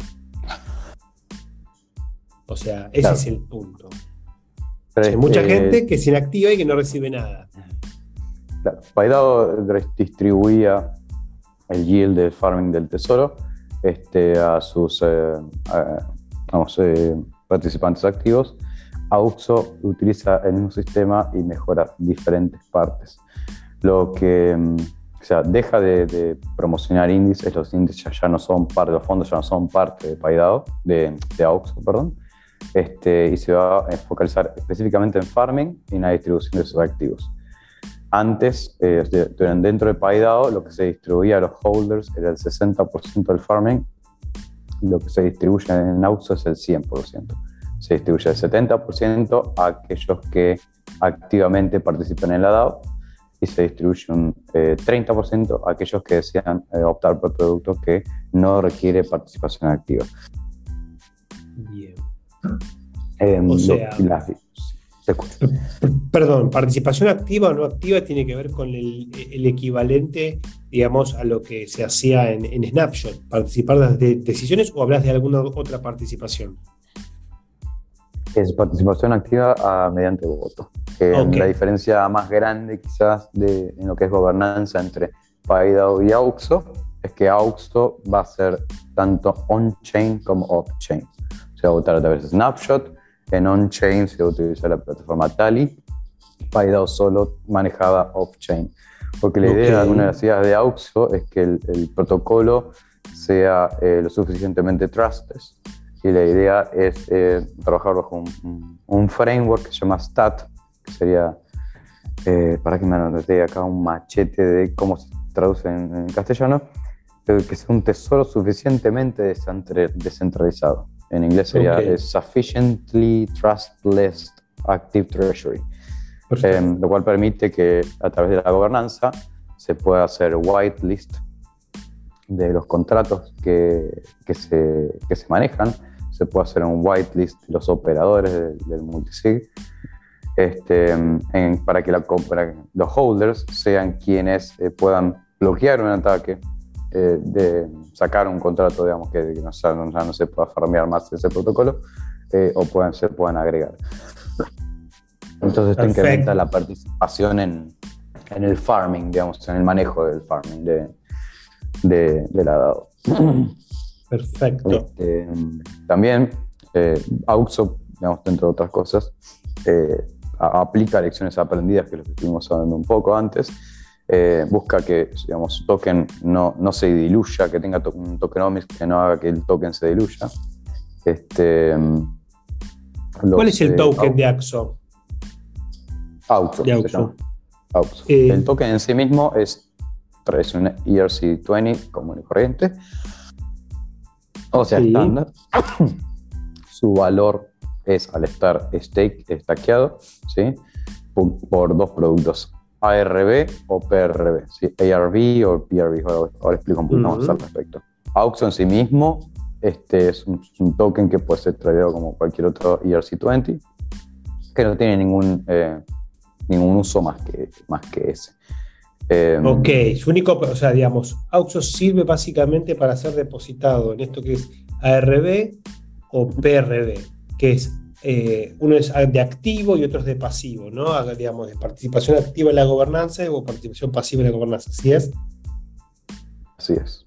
Speaker 1: O sea, ese es el punto. Hay mucha gente que es inactiva y que no recibe nada.
Speaker 3: Claro, PyDAO distribuía el yield del farming del tesoro a sus participantes activos. Auxo utiliza el mismo sistema y mejora diferentes partes. Lo que deja de promocionar índices, los índices ya no son parte, los fondos ya no son parte de PyDAO, de Auxo, perdón, y se va a focalizar específicamente en farming y en la distribución de sus activos. Antes, dentro de PyDAO, lo que se distribuía a los holders era el 60% del farming, lo que se distribuye en Auxo es el 100%. se distribuye el 70% a aquellos que activamente participan en la DAO y se distribuye un 30% a aquellos que desean optar por productos que no requiere participación activa.
Speaker 1: Bien.
Speaker 3: O sea, te escucho.
Speaker 1: Perdón, participación activa o no activa tiene que ver con el equivalente, digamos, a lo que se hacía en Snapshot, participar de las decisiones, o hablas de alguna otra participación.
Speaker 3: Es participación activa mediante voto. La diferencia más grande quizás en lo que es gobernanza entre PyDAO y AUXO es que AUXO va a ser tanto on-chain como off-chain. Se va a votar a través de Snapshot, en on-chain se va a utilizar la plataforma Tally, PyDAO solo manejaba off-chain. Porque la idea, una de las ideas de AUXO es que el protocolo sea lo suficientemente trusted. Y la idea es trabajar bajo un framework que se llama STAT, que sería, para que me anote acá un machete de cómo se traduce en castellano, que sea un tesoro suficientemente descentralizado. En inglés sería Sufficiently Trustless Active Treasury, lo cual permite que a través de la gobernanza se pueda hacer whitelist de los contratos que se manejan, se puede hacer un whitelist de los operadores del multisig, para que los holders sean quienes puedan bloquear un ataque, de sacar un contrato, digamos, que no se pueda farmear más ese protocolo, o se puedan agregar. Entonces esto incrementa la participación en el farming, digamos, en el manejo del farming de la DAO.
Speaker 1: Perfecto.
Speaker 3: También AUXO, digamos, dentro de otras cosas, aplica lecciones aprendidas, que es lo que estuvimos hablando un poco antes. Busca que, digamos, su token no se diluya, que tenga un tokenomics que no haga que el token se diluya.
Speaker 1: ¿Cuál es el token de AUXO?
Speaker 3: AUXO. AUXO. El token en sí mismo es un ERC20 común y corriente, o sea, estándar. Su valor es, al estar stackeado, ¿sí?, por dos productos, ARB o PRB, ¿sí? ARB o PRB. Ahora explico un poquito más al respecto. AUXO en sí mismo es un token que puede ser tradeado como cualquier otro ERC20, que no tiene ningún uso más que ese.
Speaker 1: Su único, o sea, digamos, AUXO sirve básicamente para ser depositado en esto que es ARB o PRB, que es uno es de activo y otro es de pasivo, ¿no? Digamos, de participación activa en la gobernanza o participación pasiva en la gobernanza, ¿sí es?
Speaker 3: Así es.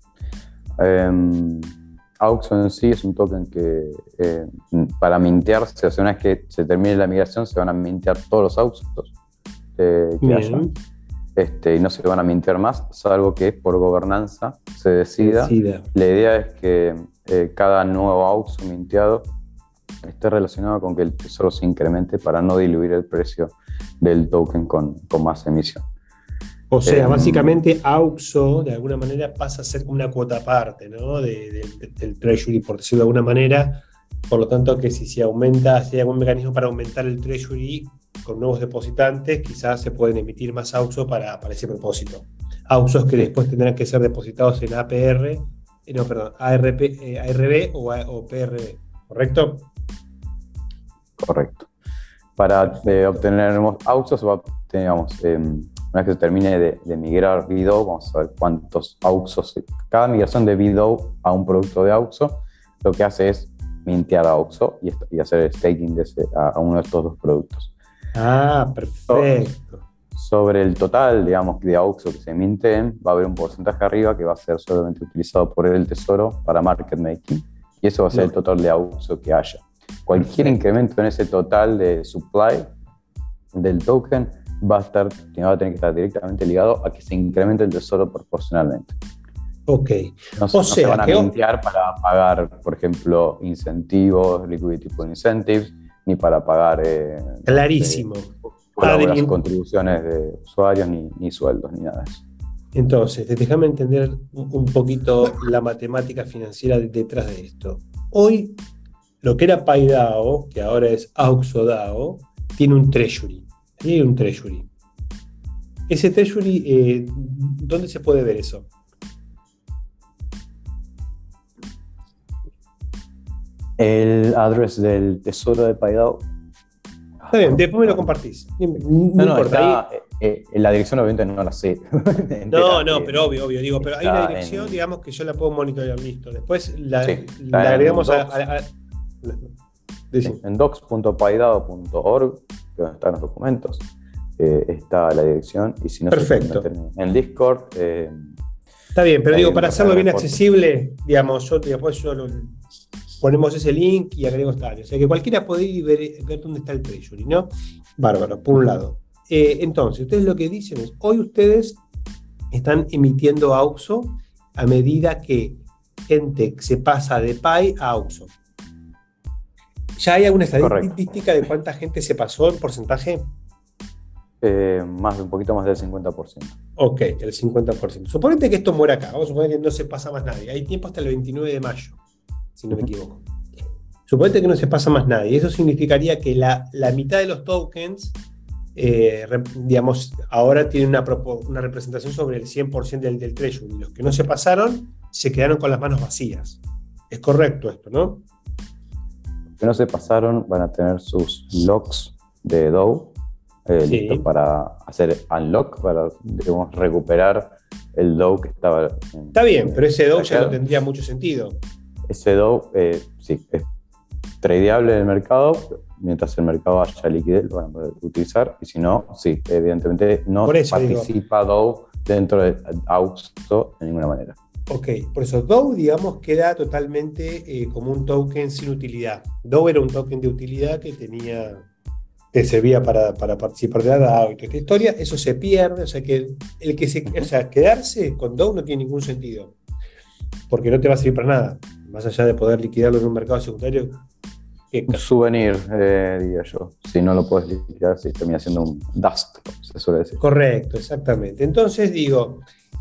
Speaker 3: AUXO en sí es un token que para mintearse, o sea, una vez que se termine la migración, se van a mintear todos los AUXOs que haya. Y no se van a mintear más, salvo que por gobernanza se decida. La idea es que cada nuevo AUXO minteado esté relacionado con que el tesoro se incremente para no diluir el precio del token con más emisión.
Speaker 1: O sea, básicamente AUXO de alguna manera pasa a ser una cuota aparte, ¿no?, del Treasury, por decirlo de alguna manera. Por lo tanto, que si hay algún mecanismo para aumentar el Treasury con nuevos depositantes, quizás se pueden emitir más AUXO para ese propósito. AUXOs que después tendrán que ser depositados en ARB o PRB, ¿correcto?
Speaker 3: Correcto. Para obtener AUXOs, digamos, una vez que se termine de migrar VDAO, vamos a ver cuántos AUXOs. Cada migración de VDAO a un producto de AUXO lo que hace es mintear AUXO y hacer staking a uno de estos dos productos.
Speaker 1: Perfecto.
Speaker 3: Sobre el total, digamos, de AUXO que se minteen, va a haber un porcentaje arriba que va a ser solamente utilizado por el tesoro para market making, y eso va a ser el total de AUXO que haya. Cualquier incremento en ese total de supply del token va a tener que estar directamente ligado a que se incremente el tesoro proporcionalmente. No se van a mintear para pagar, por ejemplo, incentivos, liquidity pool incentives, ni para pagar
Speaker 1: clarísimo.
Speaker 3: Las contribuciones de usuarios, ni sueldos, ni nada de eso.
Speaker 1: Entonces, déjame entender un poquito la matemática financiera detrás de esto. Hoy, lo que era PayDAO, que ahora es AuxoDAO, tiene un treasury. Hay un treasury. Ese treasury, ¿dónde se puede ver eso?
Speaker 3: El address del tesoro de PayDAO.
Speaker 1: Está bien, después me lo compartís.
Speaker 3: No, importa. La dirección obviamente no la sé.
Speaker 1: No, pero obvio. Digo, pero hay una dirección, digamos, que yo la puedo monitorear, listo. Después la agregamos
Speaker 3: en docs.paydao.org, que están los documentos, está la dirección. Y si no,
Speaker 1: perfecto.
Speaker 3: En Discord.
Speaker 1: Está bien, pero digo, para hacerlo bien accesible, digamos, después ponemos ese link y agrego esta. O sea, que cualquiera puede ir y ver dónde está el treasury, ¿no? Bárbaro, por un lado. Entonces, ustedes lo que dicen es, hoy ustedes están emitiendo AUXO a medida que gente se pasa de Pay a AUXO. ¿Ya hay alguna estadística de cuánta gente se pasó en porcentaje?
Speaker 3: Un poquito más del 50%.
Speaker 1: Ok, el 50%. Suponete que esto muera acá, vamos a suponer que no se pasa más nadie. Hay tiempo hasta el 29 de mayo, si no me equivoco. Suponete que no se pasa más nadie. Eso significaría que la mitad de los tokens, digamos, ahora tienen una representación sobre el 100% del treasury. Los que no se pasaron se quedaron con las manos vacías. Es correcto esto, ¿no?
Speaker 3: Los que no se pasaron van a tener sus locks de DAO listos para hacer unlock, para, digamos, recuperar el DAO que estaba.
Speaker 1: Está bien, pero ese DAO ya no tendría mucho sentido.
Speaker 3: Ese DAO, sí, es tradeable en el mercado. Mientras el mercado haya liquidez, lo van a poder utilizar. Y si no, sí, evidentemente no participa DAO dentro de AUXO de ninguna manera.
Speaker 1: Ok, por eso DAO, digamos, queda totalmente como un token sin utilidad. DAO era un token de utilidad que servía para participar de la DAO y toda esta historia. Eso se pierde, o sea que quedarse con DAO no tiene ningún sentido, porque no te va a servir para nada, más allá de poder liquidarlo en un mercado secundario.
Speaker 3: Un souvenir, diría yo. Si no lo puedes liquidar, si termina siendo un dust, se suele decir.
Speaker 1: Correcto, exactamente. Entonces digo,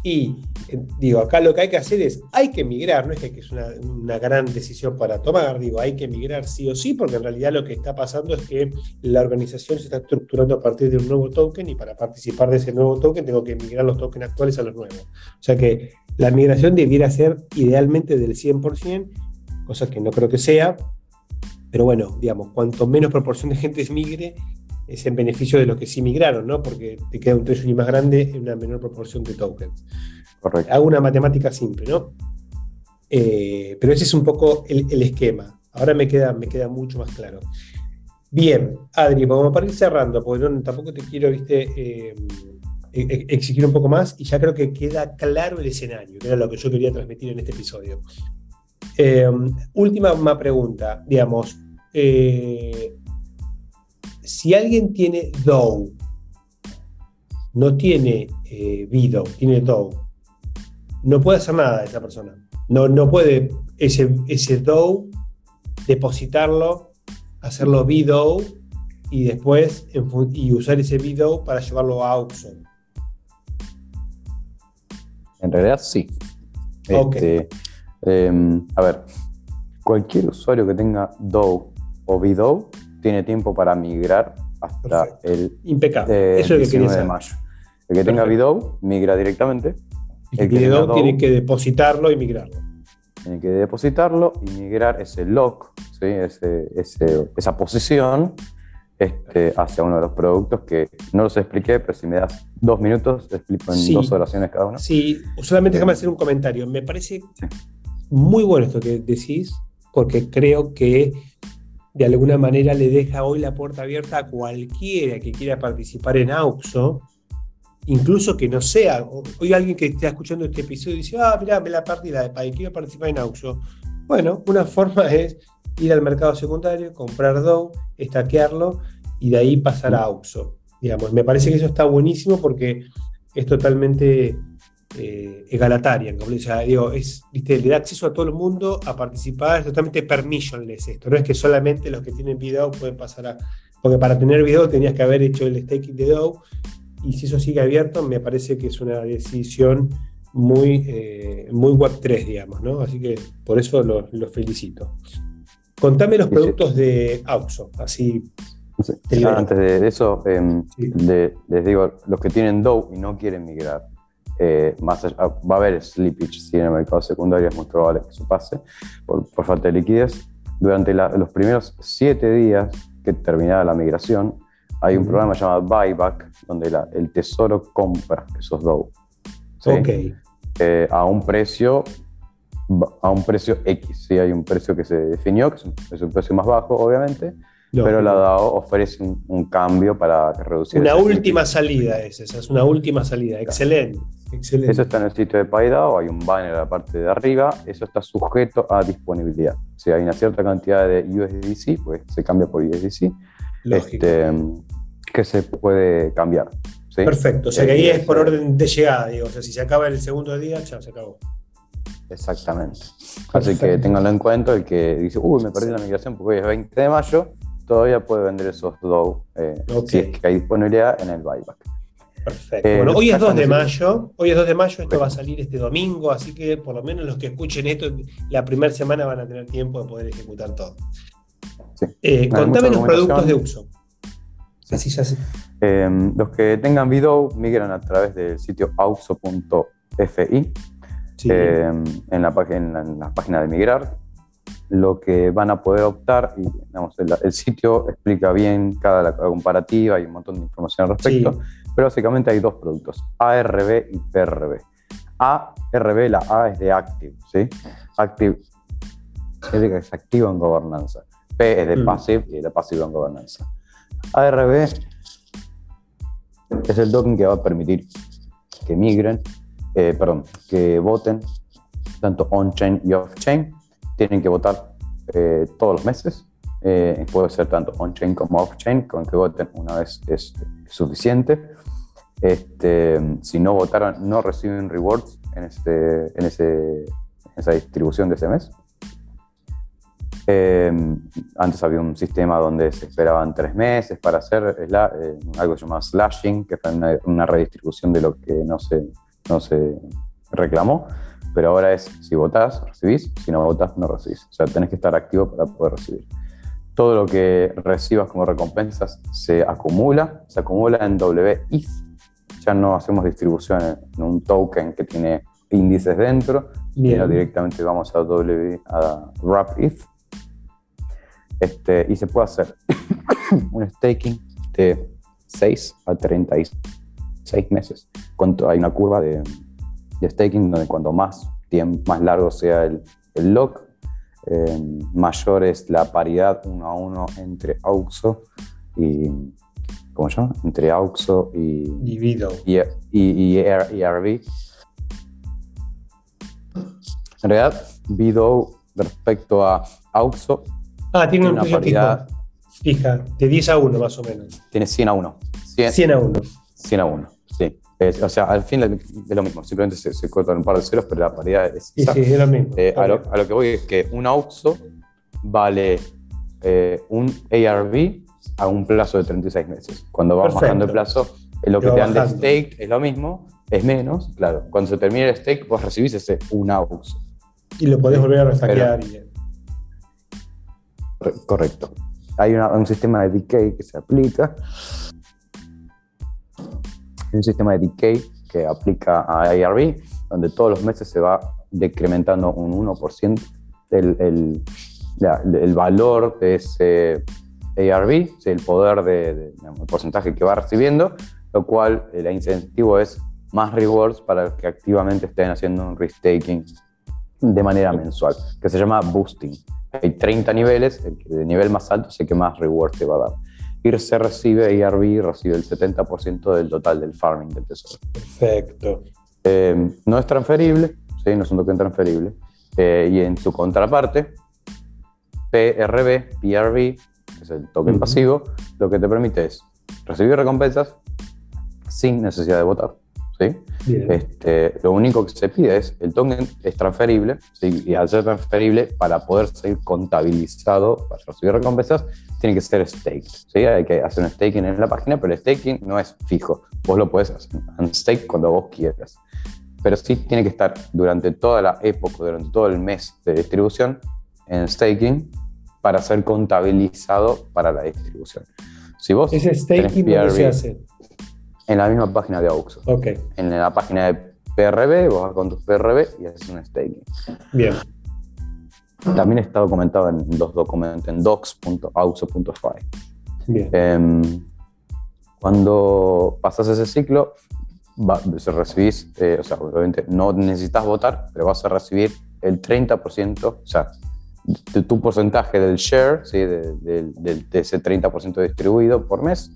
Speaker 1: acá lo que hay que hacer hay que migrar, no es que es una gran decisión para tomar, hay que migrar sí o sí, porque en realidad lo que está pasando es que la organización se está estructurando a partir de un nuevo token, y para participar de ese nuevo token tengo que migrar los tokens actuales a los nuevos. O sea que la migración debiera ser idealmente del 100%, cosa que no creo que sea. Pero bueno, digamos, cuanto menos proporción de gente migre, es en beneficio de los que sí migraron, ¿no? Porque te queda un treasury más grande en una menor proporción de tokens.
Speaker 3: Correcto.
Speaker 1: Hago una matemática simple, ¿no? Pero ese es un poco el esquema. Ahora me queda mucho más claro. Bien, Adri, vamos a ir cerrando, porque tampoco te quiero, exigir un poco más, y ya creo que queda claro el escenario, que era lo que yo quería transmitir en este episodio. Última pregunta, digamos, si alguien tiene DAO, no tiene VDAO, tiene DAO, no puede hacer nada esa persona, no puede ese DAO depositarlo, hacerlo VDAO y después y usar ese VDAO para llevarlo a AUXO.
Speaker 3: En realidad sí.
Speaker 1: Okay.
Speaker 3: A ver, cualquier usuario que tenga DAO o VDAO tiene tiempo para migrar hasta el
Speaker 1: impecable. Eso es lo que
Speaker 3: 19 de mayo. El que tenga VDAO migra directamente.
Speaker 1: El que tiene DAO tiene que depositarlo y migrarlo.
Speaker 3: Tiene que depositarlo y migrar ese lock, ¿sí? Esa posición hacia uno de los productos que no los expliqué, pero si me das 2 minutos, te explico en 2 oraciones cada uno.
Speaker 1: Sí, solamente déjame hacer un comentario. Me parece muy bueno esto que decís, porque creo que de alguna manera le deja hoy la puerta abierta a cualquiera que quiera participar en AUXO, incluso que no sea. Hoy alguien que esté escuchando este episodio dice, mirá, me la partida de Pay, quiero participar en AUXO. Bueno, una forma es ir al mercado secundario, comprar DAO, estaquearlo y de ahí pasar a AUXO. Digamos, me parece que eso está buenísimo porque es totalmente egalitaria. O sea, le da acceso a todo el mundo a participar, es totalmente permissionless esto. No es que solamente los que tienen VDAO pueden pasar porque para tener VDAO tenías que haber hecho el staking de DAO, y si eso sigue abierto, me parece que es una decisión muy Web3, digamos, ¿no? Así que por eso los felicito. Contame los
Speaker 3: Sí, sí.
Speaker 1: productos de Auxo, así.
Speaker 3: Sí.
Speaker 1: Primero.
Speaker 3: Antes de eso,
Speaker 1: Sí.
Speaker 3: les digo, los que tienen DOU y no quieren migrar, va a hair slippage, si en el mercado secundario es muy probable que eso pase por falta de liquidez. Durante los primeros 7 días que terminara la migración, hay un programa llamado Buyback, donde el tesoro compra esos DOU. ¿Sí?
Speaker 1: Ok.
Speaker 3: A un precio X. ¿Sí? Hay un precio que se definió, que es un precio más bajo, obviamente, pero la DAO ofrece un cambio para reducir
Speaker 1: Una
Speaker 3: ese
Speaker 1: última
Speaker 3: slippage.
Speaker 1: salida esa es una última salida. Excelente, excelente.
Speaker 3: Eso está en el sitio de PayDAO, hay un banner a la parte de arriba, eso está sujeto a disponibilidad. Si hay una cierta cantidad de USDC, pues se cambia por USDC,
Speaker 1: Lógico.
Speaker 3: que se puede cambiar. ¿Sí?
Speaker 1: Perfecto, o sea que ahí es por orden de llegada, digo. O sea, si se acaba el segundo día, chao, se acabó.
Speaker 3: Exactamente. Así
Speaker 1: Perfecto.
Speaker 3: que ténganlo en cuenta, el que dice, me perdí la migración porque hoy es 20 de mayo, todavía puede vender esos DAO
Speaker 1: Ok.
Speaker 3: si es que hay disponibilidad en el buyback.
Speaker 1: Perfecto. Bueno,
Speaker 3: Los
Speaker 1: hoy
Speaker 3: que
Speaker 1: es 2 de
Speaker 3: hayan
Speaker 1: mayo. Hoy es 2 de mayo, esto va a salir este domingo, así que por lo menos los que escuchen esto, la primera semana van a tener tiempo de poder ejecutar todo.
Speaker 3: Sí.
Speaker 1: Contame
Speaker 3: mucha
Speaker 1: los productos de
Speaker 3: documentación.
Speaker 1: uso. Así ya sé.
Speaker 3: Los que tengan VDOU migran a través del sitio auxo.fi.
Speaker 1: Sí.
Speaker 3: En la página de migrar, lo que van a poder optar, y digamos, el sitio explica bien la comparativa, hay un montón de información al respecto,
Speaker 1: Sí.
Speaker 3: pero básicamente hay 2 productos, ARB y PRB. ARB, la A es de Active, ¿sí? Active significa que es activo en gobernanza. P es de Passive y de Passive en gobernanza. ARB es el token que va a permitir que migren, que voten tanto on-chain y off-chain. Tienen que votar todos los meses. Puede ser tanto on-chain como off-chain, con que voten una vez es suficiente. Si no votaron, no reciben rewards en esa distribución de ese mes. Antes había un sistema donde se esperaban 3 meses para hacer algo llamado slashing, que fue una redistribución de lo que no se reclamó, pero ahora es si votás, recibís, si no votás, no recibís. O sea, tenés que estar activo para poder recibir. Todo lo que recibas como recompensas se acumula en WETH. Ya no hacemos distribución en un token que tiene índices dentro, sino directamente vamos a wrapETH. Y se puede hacer un staking de 6 a 36 meses. Hay una curva de staking donde cuanto más largo sea el lock, mayor es la paridad 1 a 1 entre Auxo y ¿cómo se llama? Entre Auxo y
Speaker 1: VDOU.
Speaker 3: y ARB. En realidad, VDOU respecto a Auxo
Speaker 1: Tiene un
Speaker 3: una
Speaker 1: precio
Speaker 3: paridad,
Speaker 1: fija, de 10 a 1 más o menos.
Speaker 3: tiene 100 a 1.
Speaker 1: 100 a 1.
Speaker 3: 100 a 1, sí. O sea, al fin es lo mismo, simplemente se cortan un par de ceros, pero la paridad es
Speaker 1: Sí,
Speaker 3: esa.
Speaker 1: sí, es lo mismo.
Speaker 3: A lo que voy es que un Auxo vale un ARB a un plazo de 36 meses. Cuando vas bajando el plazo, lo que te dan de stake es lo mismo, es menos, claro. Cuando se termine el stake, vos recibís ese un Auxo.
Speaker 1: Y lo podés volver a restackear.
Speaker 3: Correcto. Hay un sistema de decay que se aplica. Hay un sistema de decay que aplica a ARB, donde todos los meses se va decrementando un 1% el valor de ese ARB, el poder el porcentaje que va recibiendo, lo cual el incentivo es más rewards para los que activamente estén haciendo un restaking de manera mensual, que se llama boosting. Hay 30 niveles, el nivel más alto es el que más reward te va a dar. Y se recibe, ARB recibe el 70% del total del farming del tesoro.
Speaker 1: Perfecto.
Speaker 3: No es transferible, ¿sí? No es un token transferible. Y en su contraparte, PRB, que es el token pasivo, lo que te permite es recibir recompensas sin necesidad de votar. ¿Sí? Lo único que se pide es el token es transferible, ¿sí? Y al ser transferible, para poder ser contabilizado para recibir recompensas, tiene que ser staked, ¿sí? Hay que hacer un staking en la página, pero el staking no es fijo. Vos lo podés hacer unstake cuando vos quieras, pero sí tiene que estar durante toda la época, durante todo el mes de distribución en staking, para ser contabilizado para la distribución. Si vos
Speaker 1: ¿Ese staking dónde se hace?
Speaker 3: En la misma página de Auxo.
Speaker 1: Okay.
Speaker 3: En la página de PRB, vos vas con tus PRB y haces un staking.
Speaker 1: Bien.
Speaker 3: También está documentado en los documentos en docs.auxo.fi.
Speaker 1: Bien.
Speaker 3: Cuando pasas ese ciclo, recibís, obviamente no necesitas votar, pero vas a recibir el 30%, o sea, de tu porcentaje del share, ¿sí? de ese 30% distribuido por mes,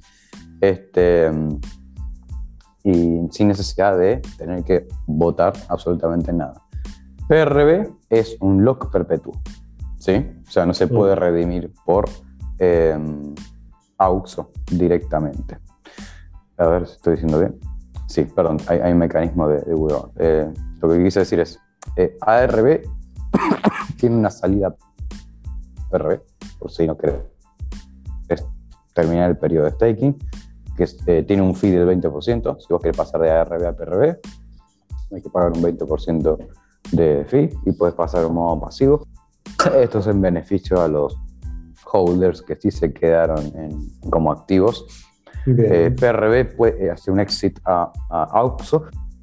Speaker 3: y sin necesidad de tener que votar absolutamente nada. PRB es un lock perpetuo, ¿sí? O sea, no se puede redimir por Auxo directamente. A ver si estoy diciendo bien. Sí, perdón, hay un mecanismo de Google. Lo que quise decir es, ARB tiene una salida PRB, por si no querés terminar el periodo de staking, que tiene un fee del 20%. Si vos querés pasar de ARB a PRB, hay que pagar un 20% de fee y puedes pasar a un modo pasivo. Esto es en beneficio a los holders que sí se quedaron como activos. PRB puede hacer un exit a Auxo,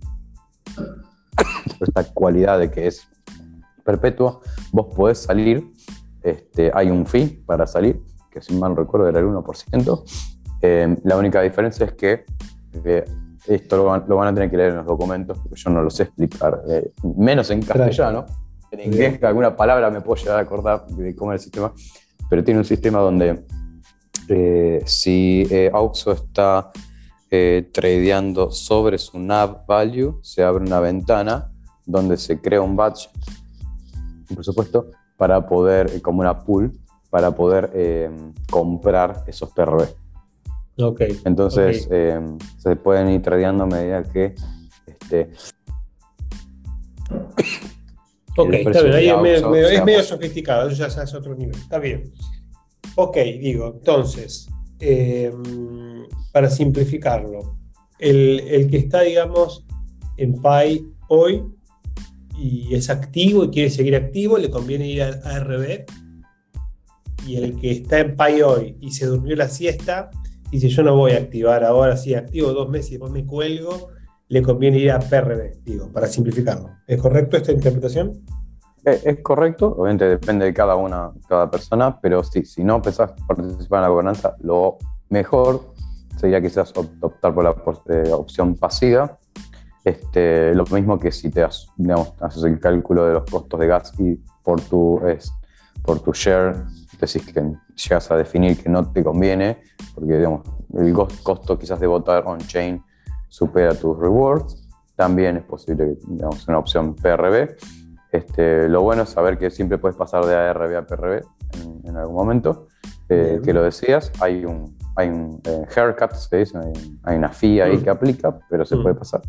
Speaker 3: esta cualidad de que es perpetua. Vos podés salir, hay un fee para salir, que si mal no recuerdo era el 1%. La única diferencia es que esto lo van a tener que leer en los documentos, porque yo no lo sé explicar, menos en castellano. En inglés, alguna palabra me puedo llegar a acordar de cómo es el sistema, pero tiene un sistema donde si Auxo está tradeando sobre su NAV value, se abre una ventana donde se crea un batch, por supuesto, para poder, como una pool, para poder comprar esos PRB.
Speaker 1: Okay.
Speaker 3: Entonces, se pueden ir tradeando a medida que
Speaker 1: está bien, ahí es medio sofisticado, eso ya es otro nivel, está bien. Ok, digo, entonces, para simplificarlo, el que está, digamos, en Pi hoy y es activo y quiere seguir activo, le conviene ir al ARB, y el que está en Pi hoy y se durmió la siesta, dice yo no voy a activar ahora, sí, activo 2 meses y después me cuelgo, le conviene ir a PRB, digo, para simplificarlo. ¿Es correcto esta interpretación?
Speaker 3: Es correcto, obviamente depende de cada persona, pero si no pensás participar en la gobernanza, lo mejor sería quizás optar por la opción pasiva. Lo mismo que si te haces el cálculo de los costos de gas y por tu share decís que llegas a definir que no te conviene, porque digamos, el costo quizás de votar on-chain supera tus rewards, también es posible que digamos, una opción PRB. Lo bueno es saber que siempre puedes pasar de ARB a PRB en algún momento, que lo decías, hay un haircut, se dice, hay una fee ahí que aplica, pero se puede pasar.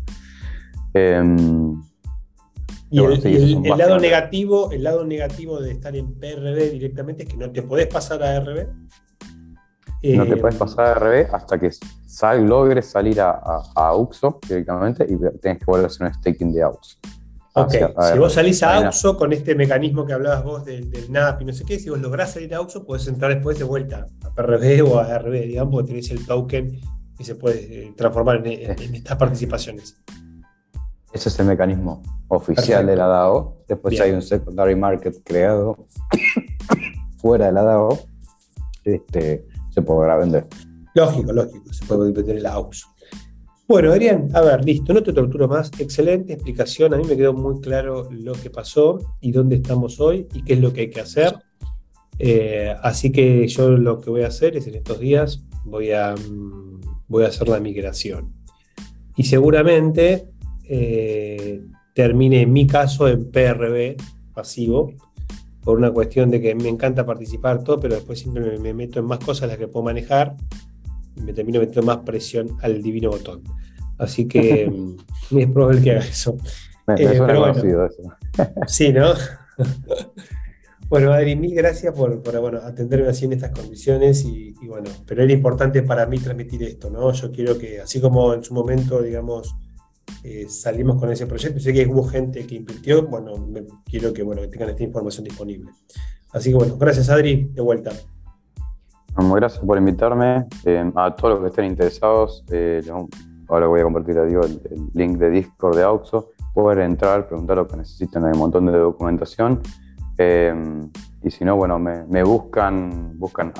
Speaker 1: Y el lado negativo de estar en PRB directamente es que no te podés pasar a ARB.
Speaker 3: No te puedes pasar a ARB hasta que logres salir a Auxo directamente y tenés que volver a hacer un staking de Auxo.
Speaker 1: Ok, si vos salís a Auxo con este mecanismo que hablabas vos del NAP y no sé qué, si vos lográs salir a Auxo, podés entrar después de vuelta a PRB o a ARB, digamos, porque tenés el token y se puede transformar en estas participaciones.
Speaker 3: Ese es el mecanismo oficial. Perfecto. De la DAO. Después Bien. Hay un secondary market creado fuera de la DAO. Se podrá vender.
Speaker 1: Lógico, se puede vender el Auxo. Bueno, Adrián, a ver, listo, no te torturo más. Excelente explicación, a mí me quedó muy claro lo que pasó y dónde estamos hoy y qué es lo que hay que hacer. Así que yo lo que voy a hacer es en estos días voy a hacer la migración. Y seguramente termine en mi caso en PRB pasivo, por una cuestión de que me encanta participar todo, pero después siempre me meto en más cosas las que puedo manejar y me termino metiendo más presión al divino botón. Así que es probable que haga eso.
Speaker 3: Me suena conocido eso.
Speaker 1: Sí, ¿no? Bueno, Adri, mil gracias por atenderme así en estas condiciones y bueno, pero era importante para mí transmitir esto, ¿no? Yo quiero que, así como en su momento, digamos, salimos con ese proyecto, sé que hubo gente que invirtió, quiero que tengan esta información disponible. Así que bueno, gracias Adri, de vuelta.
Speaker 3: Muy gracias por invitarme. A todos los que estén interesados, ahora voy a compartir a Diego el link de Discord de Auxo. Poder entrar, preguntar lo que necesiten, hay un montón de documentación. Y si no, bueno, me buscan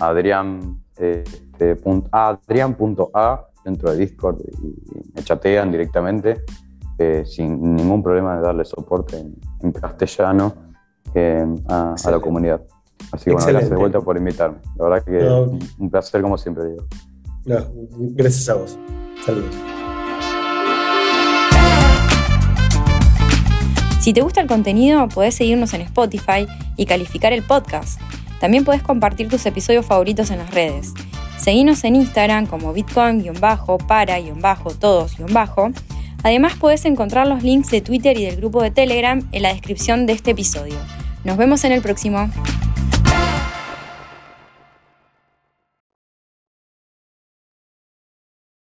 Speaker 3: adrian.a dentro de Discord y me chatean directamente sin ningún problema de darle soporte en castellano a la comunidad. Así que bueno, gracias de vuelta por invitarme. La verdad que un placer como siempre, Diego.
Speaker 1: No, gracias a vos. Saludos.
Speaker 2: Si te gusta el contenido, podés seguirnos en Spotify y calificar el podcast. También podés compartir tus episodios favoritos en las redes. Seguinos en Instagram como bitcoin-para-todos-. Además, podés encontrar los links de Twitter y del grupo de Telegram en la descripción de este episodio. Nos vemos en el próximo.